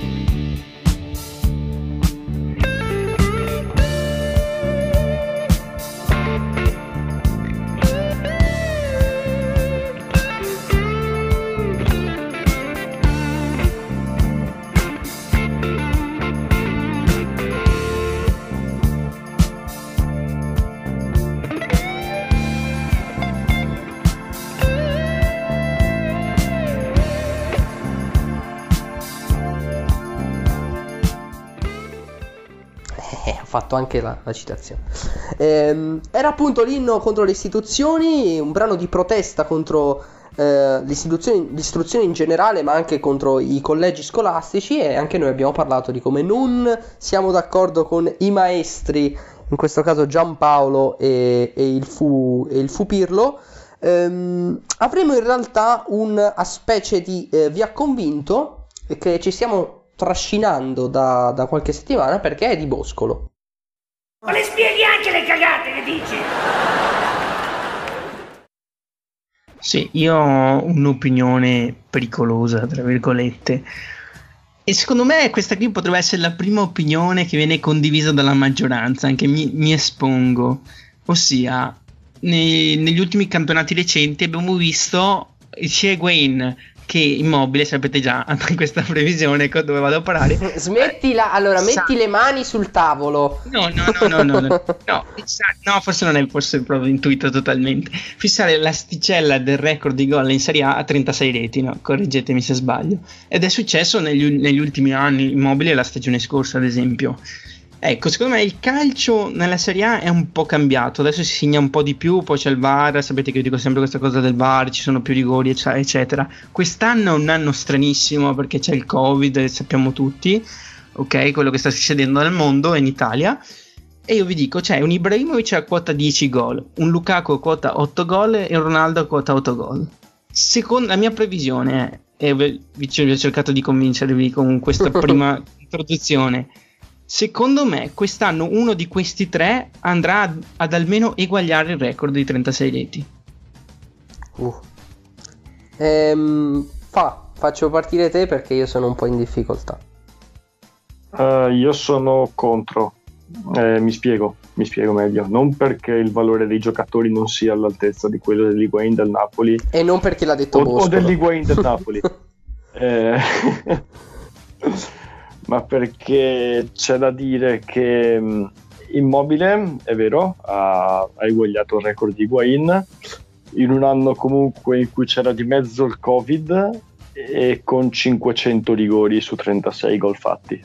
Eh, ho fatto anche la, la citazione. Ehm, era appunto l'inno contro le istituzioni, un brano di protesta contro eh, le istituzioni, l'istruzione in generale, ma anche contro i collegi scolastici, e anche noi abbiamo parlato di come non siamo d'accordo con i maestri, in questo caso Giampaolo e, e il Fu e il Fu Pirlo. Ehm, avremo in realtà una specie di eh, vi ha convinto che ci stiamo trascinando da, da qualche settimana, perché è di Boscolo. Ma le spieghi anche le cagate che dici? Sì, io ho un'opinione pericolosa, tra virgolette. E secondo me questa qui potrebbe essere la prima opinione che viene condivisa dalla maggioranza, anche mi, mi espongo. Ossia, nei, negli ultimi campionati recenti abbiamo visto sia Higuain che Immobile, sapete già questa previsione dove vado a parare. Smettila, allora Sa- metti le mani sul tavolo. No, no, no, no, no, no, no, fissa- no, forse non è forse proprio intuito totalmente. Fissare l'asticella del record di gol in Serie A a trentasei reti, no? Correggetemi se sbaglio. Ed è successo negli, negli ultimi anni, Immobile la stagione scorsa, ad esempio. Ecco, secondo me il calcio nella Serie A è un po' cambiato, adesso si segna un po' di più, poi c'è il V A R, sapete che io dico sempre questa cosa del V A R, ci sono più rigori eccetera. Quest'anno è un anno stranissimo perché c'è il Covid, sappiamo tutti, ok, quello che sta succedendo nel mondo e in Italia, e io vi dico, c'è un Ibrahimovic a quota dieci gol, un Lukaku a quota otto gol e un Ronaldo a quota otto gol. Secondo la mia previsione è, e vi, vi ho cercato di convincervi con questa prima introduzione, secondo me quest'anno uno di questi tre andrà ad, ad almeno eguagliare il record di trentasei reti. Uh. Ehm, fa, faccio partire te perché io sono un po' in difficoltà. Uh, io sono contro. Eh, mi spiego, mi spiego meglio. Non perché il valore dei giocatori non sia all'altezza di quello dell'Higuain del Napoli, e non perché l'ha detto o, Boscolo, o dell'Higuain del Napoli. eh, ma perché c'è da dire che mh, Immobile, è vero, ha, ha eguagliato il record di Higuain in un anno comunque in cui c'era di mezzo il Covid e con cinquecento rigori su trentasei gol fatti.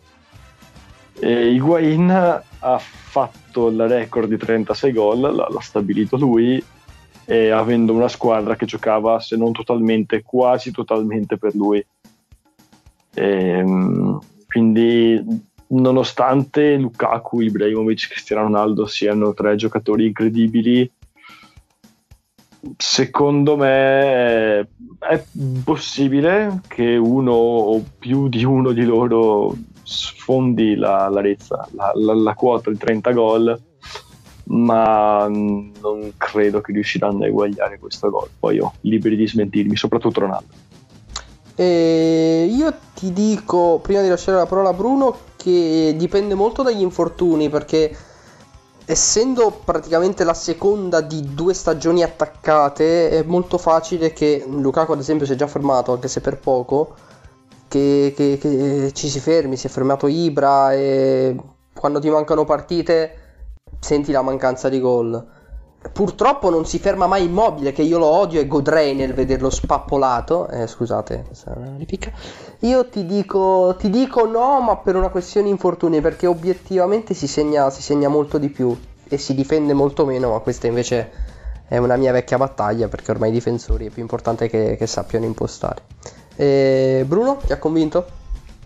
E Higuain ha fatto il record di trentasei gol, l'ha, l'ha stabilito lui, e avendo una squadra che giocava, se non totalmente, quasi totalmente per lui. E, quindi nonostante Lukaku, Ibrahimovic, Cristiano Ronaldo siano tre giocatori incredibili, secondo me è possibile che uno o più di uno di loro sfondi la, la rezza, la, la, la quota di trenta gol, ma non credo che riusciranno a eguagliare questo gol. Poi ho liberi di smentirmi, soprattutto Ronaldo. E io ti dico, prima di lasciare la parola a Bruno, che dipende molto dagli infortuni, perché essendo praticamente la seconda di due stagioni attaccate è molto facile che Lukaku ad esempio si è già fermato, anche se per poco, che, che, che ci si fermi, si è fermato Ibra, e quando ti mancano partite senti la mancanza di gol. Purtroppo non si ferma mai Immobile, che io lo odio e godrei nel vederlo spappolato. Eh, scusate, questa è una ripicca. Io ti dico, ti dico no, ma per una questione infortuni, perché obiettivamente si segna, si segna molto di più e si difende molto meno, ma questa invece è una mia vecchia battaglia, perché ormai i difensori è più importante che, che sappiano impostare. E Bruno, ti ha convinto?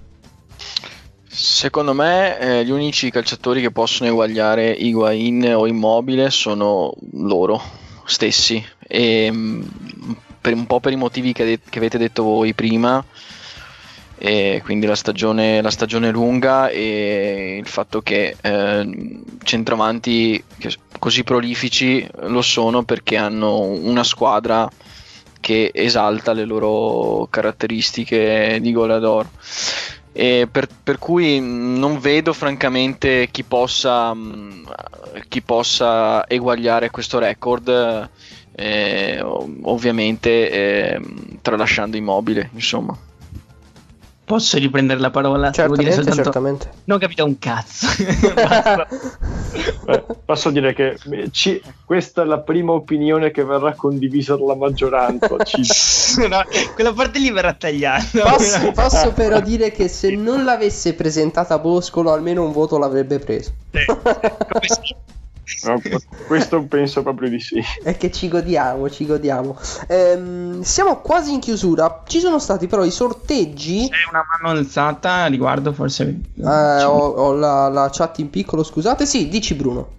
Secondo me eh, gli unici calciatori che possono eguagliare Higuain o Immobile sono loro stessi, e mh, per un po' per i motivi che, de- che avete detto voi prima, e quindi la stagione, la stagione lunga e il fatto che eh, centravanti che così prolifici lo sono perché hanno una squadra che esalta le loro caratteristiche di goleador. E per, per cui non vedo francamente chi possa, chi possa eguagliare questo record, eh, ovviamente eh, tralasciando Immobile, insomma. Posso riprendere la parola? Devo Certamente, dire soltanto... certamente. Non ho capito un cazzo. Beh, posso dire che ci, questa è la prima opinione che verrà condivisa dalla maggioranza. Ci... No, quella parte lì verrà tagliata. Posso, posso però dire che se non l'avesse presentata Boscolo almeno un voto l'avrebbe preso. Come si- No, questo penso proprio di sì. È che ci godiamo, ci godiamo. Ehm, siamo quasi in chiusura. Ci sono stati però i sorteggi. C'è una mano alzata a riguardo, forse. Eh, ho ho la, la chat in piccolo, scusate. Sì, dici Bruno.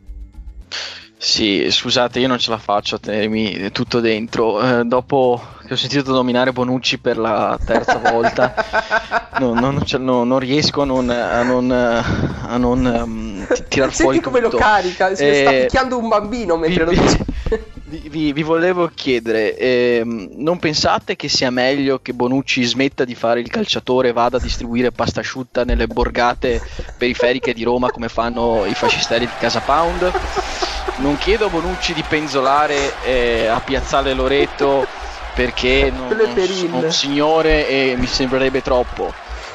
Sì, scusate, io non ce la faccio a tenermi tutto dentro. Eh, dopo che ho sentito nominare Bonucci per la terza volta, no, no, non, ce- no, non riesco a non, a non, a non um, t- tirar fuori Senti come tutto. lo carica. Si Eh, sta picchiando un bambino mentre lo vi, dice. vi, vi- vi volevo chiedere, ehm, non pensate che sia meglio che Bonucci smetta di fare il calciatore e vada a distribuire pasta asciutta nelle borgate periferiche di Roma come fanno i fascistelli di Casa Pound? Non chiedo a Bonucci di penzolare eh, a Piazzale Loreto, perché non, Le non perille. sono un signore e mi sembrerebbe troppo.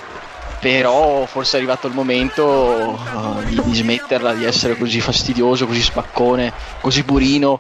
Però forse è arrivato il momento uh, di, di smetterla di essere così fastidioso, così spaccone, così burino.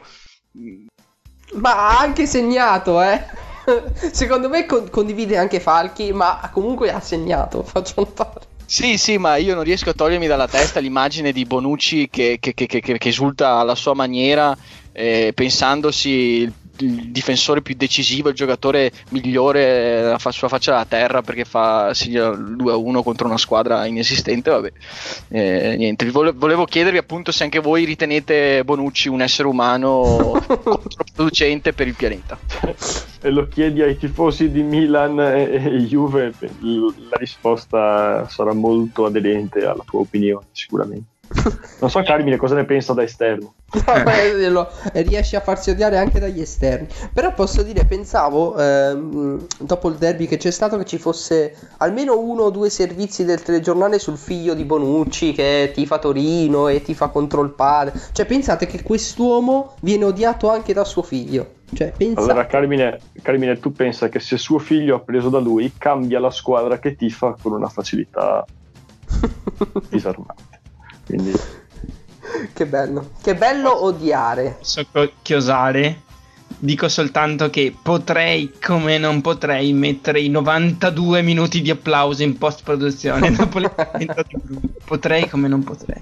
Ma ha anche segnato, eh. Secondo me con- condivide anche Falchi, ma comunque ha segnato, faccio notare. Sì, sì, ma io non riesco a togliermi dalla testa l'immagine di Bonucci che, che, che, che, che esulta alla sua maniera, eh, pensandosi il, il difensore più decisivo, il giocatore migliore la fa- sulla faccia della terra, perché fa segna il due a uno contro una squadra inesistente. Vabbè, eh, niente, vi vole- volevo chiedervi appunto se anche voi ritenete Bonucci un essere umano controproducente per il pianeta. E lo chiedi ai tifosi di Milan e, e Juve, la risposta sarà molto aderente alla tua opinione, sicuramente. Non so Carmine cosa ne pensa da esterno. No, beh, lo- riesce a farsi odiare anche dagli esterni. Però posso dire, pensavo ehm, dopo il derby che c'è stato, che ci fosse almeno uno o due servizi del telegiornale sul figlio di Bonucci che tifa Torino e tifa contro il padre. Cioè pensate che quest'uomo viene odiato anche da suo figlio. Cioè, pensa. Allora, Carmine, Carmine, tu pensa che se suo figlio ha preso da lui, cambia la squadra che tifa con una facilità disarmante. Quindi... Che bello. Che bello odiare. Posso co- chiosare? Dico soltanto che potrei, come non potrei, mettere i novantadue minuti di applauso in post-produzione dopo l'intervento di Bruno. Potrei, come non potrei.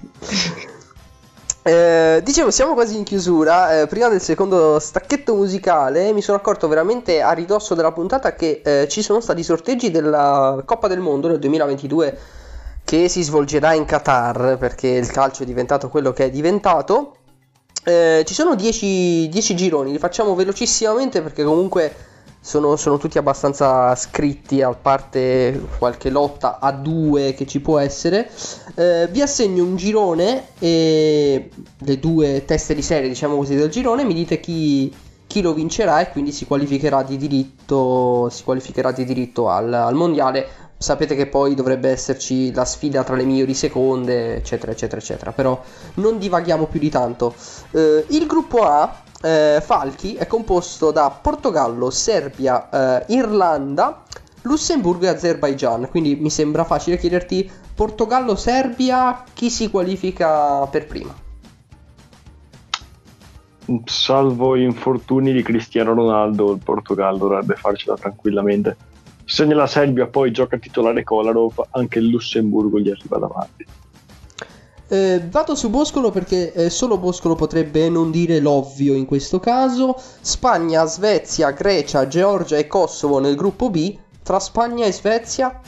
Eh, dicevo, siamo quasi in chiusura. Eh, prima del secondo stacchetto musicale mi sono accorto veramente a ridosso della puntata che eh, ci sono stati sorteggi della Coppa del Mondo nel duemilaventidue che si svolgerà in Qatar, perché il calcio è diventato quello che è diventato. Eh, ci sono dieci gironi, li facciamo velocissimamente perché comunque sono, sono tutti abbastanza scritti, a parte qualche lotta a due che ci può essere. Eh, vi assegno un girone e le due teste di serie, diciamo così, del girone. Mi dite chi, chi lo vincerà e quindi si qualificherà di diritto, si qualificherà di diritto al, al mondiale. Sapete che poi dovrebbe esserci la sfida tra le migliori seconde, eccetera, eccetera, eccetera. Però non divaghiamo più di tanto. Eh, il gruppo A, eh, Falchi, è composto da Portogallo, Serbia, eh, Irlanda, Lussemburgo e Azerbaigian. Quindi mi sembra facile chiederti: Portogallo, Serbia, chi si qualifica per prima? Salvo infortuni di Cristiano Ronaldo, il Portogallo dovrebbe farcela tranquillamente. Se nella Serbia poi gioca titolare Kolarov, anche il Lussemburgo gli arriva davanti. Eh, vado su Boscolo perché eh, solo Boscolo potrebbe non dire l'ovvio in questo caso. Spagna, Svezia, Grecia, Georgia e Kosovo nel gruppo B. Tra Spagna e Svezia...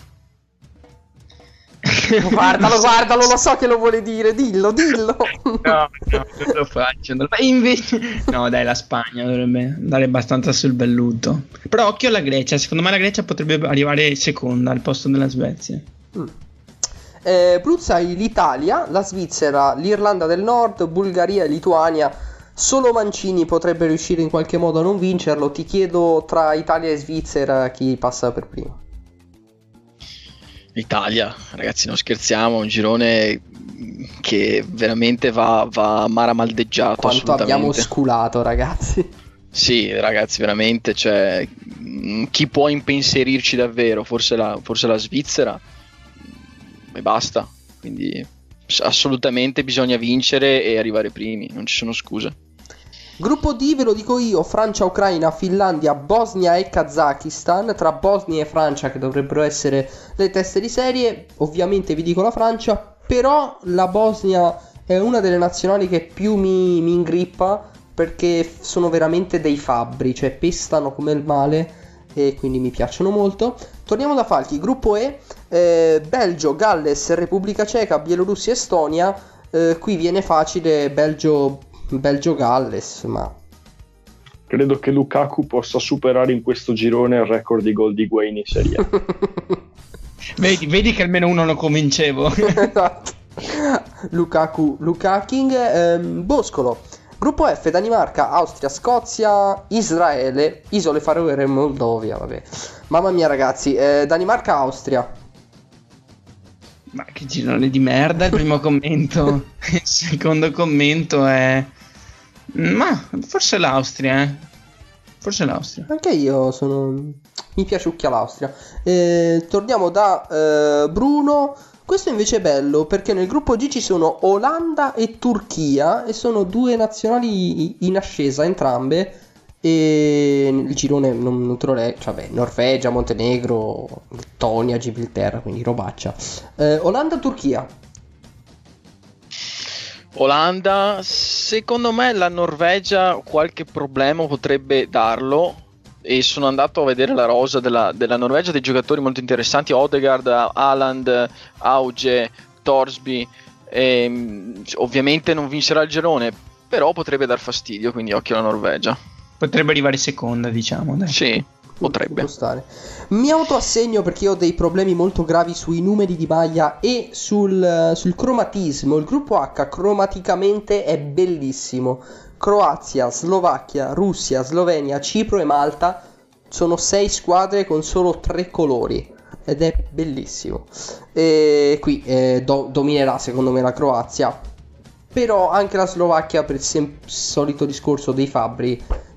Guardalo, guardalo, lo so che lo vuole dire, dillo, dillo. No, no, non lo faccio. non- E invece, no, dai, la Spagna dovrebbe andare abbastanza sul belluto. Però occhio alla Grecia, secondo me la Grecia potrebbe arrivare seconda al posto della Svezia. Mm. Eh, Bruzz hai l'Italia, la Svizzera, l'Irlanda del Nord, Bulgaria e Lituania. Solo Mancini potrebbe riuscire in qualche modo a non vincerlo. Ti chiedo, tra Italia e Svizzera, chi passa per primo? Italia, ragazzi, non scherziamo, un girone che veramente va, va maramaldeggiato. Quanto assolutamente. abbiamo sculato, ragazzi. Sì, ragazzi, veramente, cioè, mh, chi può impensierirci davvero? Forse la, forse la Svizzera e basta. Quindi s- assolutamente bisogna vincere e arrivare primi, non ci sono scuse. Gruppo D, ve lo dico io: Francia, Ucraina, Finlandia, Bosnia e Kazakistan. Tra Bosnia e Francia, che dovrebbero essere le teste di serie, ovviamente vi dico la Francia, però la Bosnia è una delle nazionali che più mi, mi ingrippa, perché sono veramente dei fabbri, cioè pestano come il male e quindi mi piacciono molto. Torniamo da Falchi. Gruppo E, eh, Belgio, Galles, Repubblica Ceca, Bielorussia, Estonia. Eh, qui viene facile, Belgio, Belgio-Galles, ma Credo che Lukaku possa superare in questo girone il record di gol di Higuain in Serie A. Vedi, vedi che almeno uno lo convincevo. esatto. Lukaku, Lukaking, ehm, Boscolo. Gruppo F, Danimarca, Austria, Scozia, Israele, Isole Faroe e Moldovia, vabbè. Mamma mia, ragazzi, eh, Danimarca, Austria. Ma che girone di merda, il primo commento. Il secondo commento è... Ma forse l'Austria, eh. Forse l'Austria. Anche io sono... mi piaciucchia l'Austria. Eh, torniamo da eh, Bruno. Questo invece è bello perché nel gruppo G ci sono Olanda e Turchia e sono due nazionali in ascesa entrambe. E il girone non, non te lo leggo, cioè, beh, Norvegia, Montenegro, Lettonia, Gibilterra, quindi robaccia. Eh, Olanda-Turchia. Olanda, secondo me la Norvegia qualche problema potrebbe darlo, e sono andato a vedere la rosa della, della Norvegia, dei giocatori molto interessanti: Odegaard, Haaland, Auge, Torsby. E, ovviamente non vincerà il girone, però potrebbe dar fastidio, quindi occhio alla Norvegia. Potrebbe arrivare seconda, diciamo, dai. Sì, potrebbe. Può stare. Mi autoassegno perché ho dei problemi molto gravi sui numeri di maglia e sul, sul cromatismo. Il gruppo H cromaticamente è bellissimo. Croazia, Slovacchia, Russia, Slovenia, Cipro e Malta. Sono sei squadre con solo tre colori ed è bellissimo. E qui eh, do- dominerà secondo me la Croazia, però anche la Slovacchia, per il sem- solito discorso dei fabbri,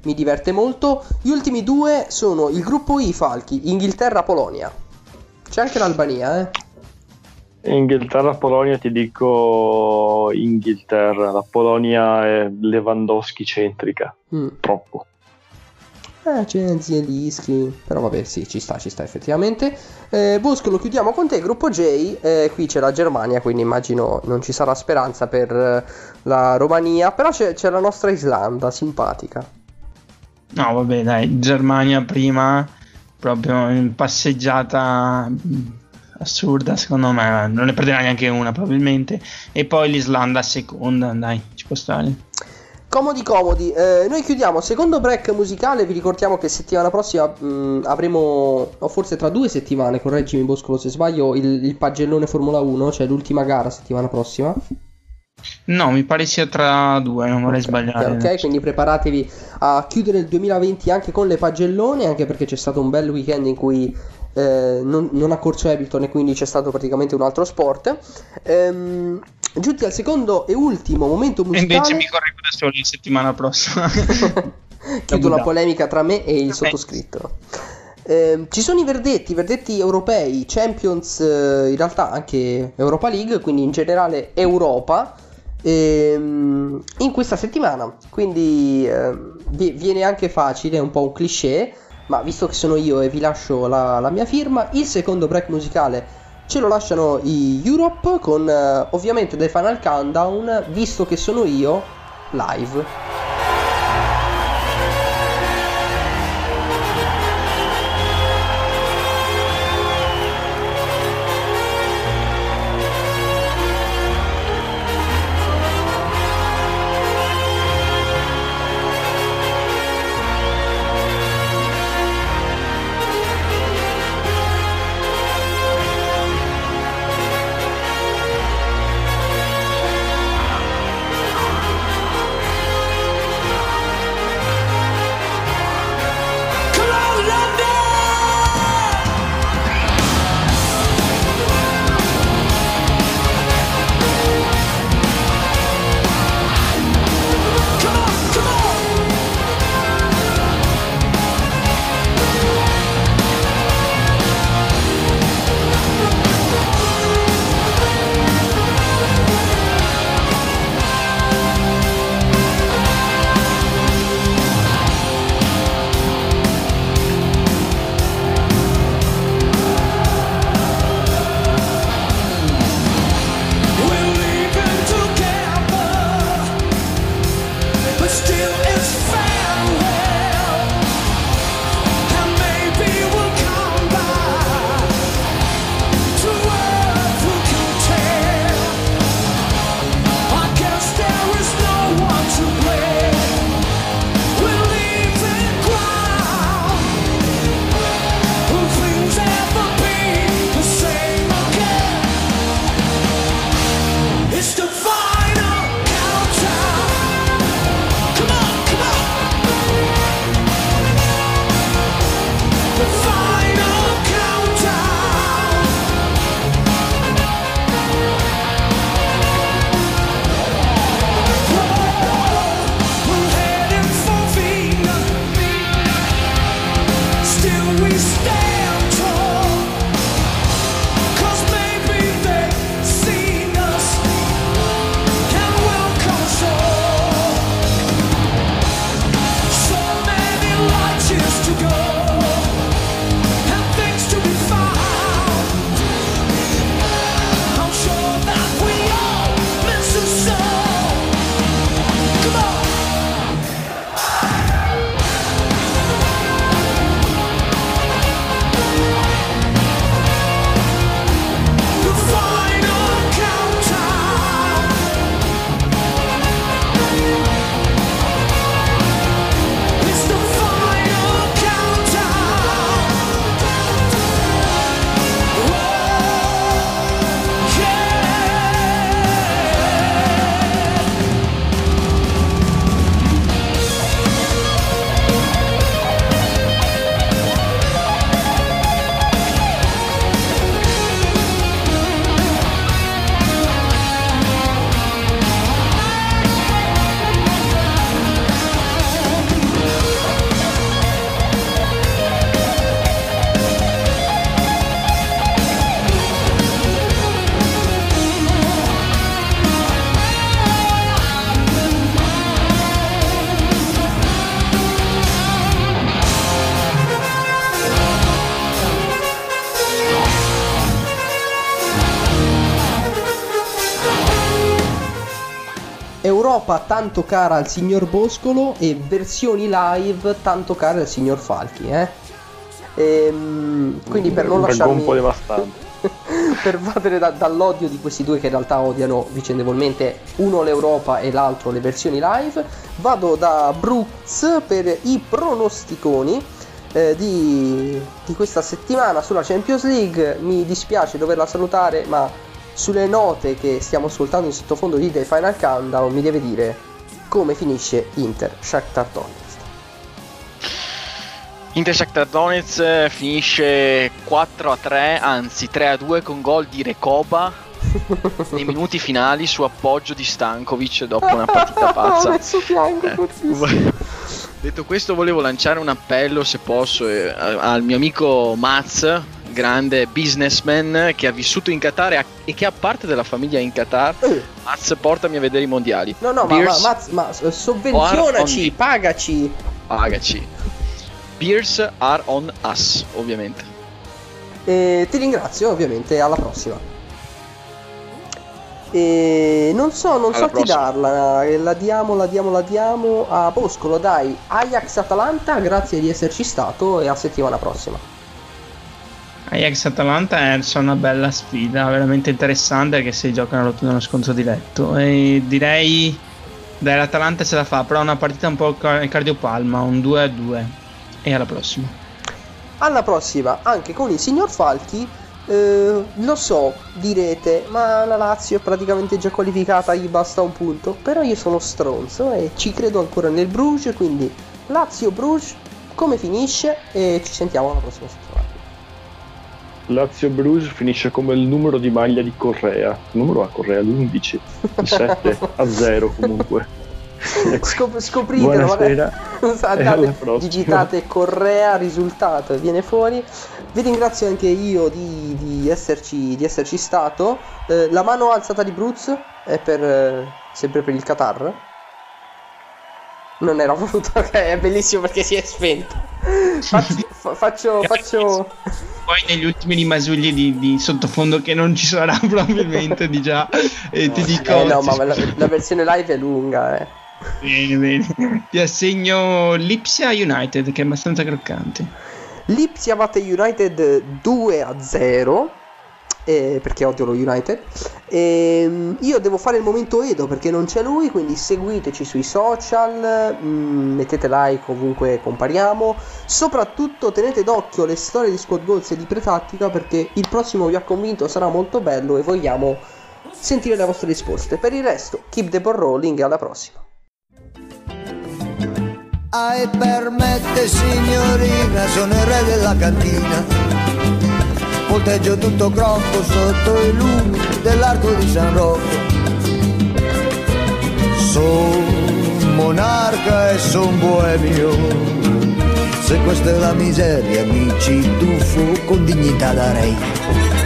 mi diverte molto. Gli ultimi due sono il gruppo I Falchi, Inghilterra-Polonia. C'è anche l'Albania, eh. Inghilterra-Polonia ti dico Inghilterra, la Polonia è Lewandowski centrica, Mm. troppo. Eh, c'è Zielinski, però vabbè, sì, ci sta, ci sta effettivamente. Eh, Bosco, lo chiudiamo con te, gruppo J, eh, qui c'è la Germania, quindi immagino non ci sarà speranza per eh, la Romania, però c'è, c'è la nostra Islanda, simpatica. No, vabbè, dai, Germania prima, proprio in passeggiata mh, assurda, secondo me, non ne perderà neanche una probabilmente, e poi l'Islanda seconda, dai, ci può stare. Comodi comodi, eh, noi chiudiamo secondo break musicale. Vi ricordiamo che settimana prossima mh, avremo, o forse tra due settimane, correggimi Boscolo se sbaglio, il, il pagellone Formula uno, cioè l'ultima gara settimana prossima. No, mi pare sia tra due, non vorrei Ok, sbagliare. ok, quindi preparatevi a chiudere il duemilaventi anche con le pagellone, anche perché c'è stato un bel weekend in cui eh, non, non ha corso Hamilton e quindi c'è stato praticamente un altro sport. Ehm, giunti al secondo e ultimo momento E musicale. invece mi correggo da solo la settimana prossima. Chiudo la polemica tra me e il sottoscritto. Eh, ci sono i verdetti, i verdetti europei, Champions, eh, in realtà anche Europa League, quindi in generale Europa, ehm, in questa settimana. Quindi eh, vi- viene anche facile, è un po' un cliché, ma visto che sono io e vi lascio la, la mia firma, il secondo break musicale ce lo lasciano i Europe con eh, ovviamente The Final Countdown, visto che sono io, live. Europa tanto cara al signor Boscolo e versioni live tanto care al signor Falchi, eh? Ehm, quindi per non Un lasciarmi po' devastante. per vadere da- dall'odio di questi due che in realtà odiano vicendevolmente uno l'Europa e l'altro le versioni live, vado da Brooks per i pronosticoni eh, di, di questa settimana sulla Champions League. Mi dispiace doverla salutare, ma sulle note che stiamo ascoltando in sottofondo di The Final Countdown mi deve dire come finisce Inter Shakhtar Donetsk. Inter Shakhtar Donetsk finisce quattro a tre, anzi tre a due con gol di Recoba nei minuti finali su appoggio di Stankovic dopo una partita pazza. Adesso piango, Eh, fortissimo. Detto questo, volevo lanciare un appello, se posso, eh, al mio amico Maz, grande businessman che ha vissuto in Qatar e, ha- e che ha parte della famiglia in Qatar. Eh. Maz, portami a vedere i mondiali. No, no, ma, ma, Beers, ma, ma Are on sovvenzionaci, the- pagaci. pagaci. Beers are on us, ovviamente. E ti ringrazio, ovviamente, alla prossima. E non so, non Alla so chi prossima. darla. eh, La diamo, la diamo, la diamo a Boscolo, dai. Ajax Atalanta, grazie di esserci stato e a settimana prossima. Ajax Atalanta è una bella sfida, veramente interessante, che si gioca nella lotta dello scontro diretto. E direi dai, l'Atalanta ce la fa, però è una partita un po' car- cardiopalma, un due a due. E alla prossima. Alla prossima, anche con il signor Falchi. Eh, lo so, direte, ma la Lazio è praticamente già qualificata, gli basta un punto. Però io sono stronzo e ci credo ancora nel Bruges, quindi Lazio-Bruges, come finisce? E ci sentiamo la prossima settimana. Lazio Bruges finisce come il numero di maglia di Correa. Il numero a Correa, l'undici, il sette a zero comunque. Scop- scopritelo, Buonasera magari. e alla Andate, prossima. digitate Correa risultato e viene fuori. Vi ringrazio anche io di, di esserci, di esserci stato. Eh, la mano alzata di Bruz è per eh, sempre per il Qatar. Non era voluto, ok, è bellissimo perché si è spento. Faccio, fa- faccio, faccio... Poi negli ultimi rimasugli di, di sottofondo che non ci sarà probabilmente di già, e ti dico Eh no, ma la, la versione live è lunga, eh. bene, bene. Ti assegno Lipsia United, che è abbastanza croccante. Lipsia batte United due a zero, eh, perché odio lo United. E, io devo fare il momento Edo perché non c'è lui, quindi seguiteci sui social, mh, mettete like ovunque compariamo. Soprattutto tenete d'occhio le storie di Squad Goals e di Pretattica, perché il prossimo, vi ha convinto, sarà molto bello e vogliamo sentire le vostre risposte. Per il resto, keep the ball rolling e alla prossima. Ai permette signorina, sono il re della cantina, volteggio tutto crocco sotto i lumi dell'arco di San Rocco. Son monarca e son boemio, se questa è la miseria mi ci tuffo con dignità da re.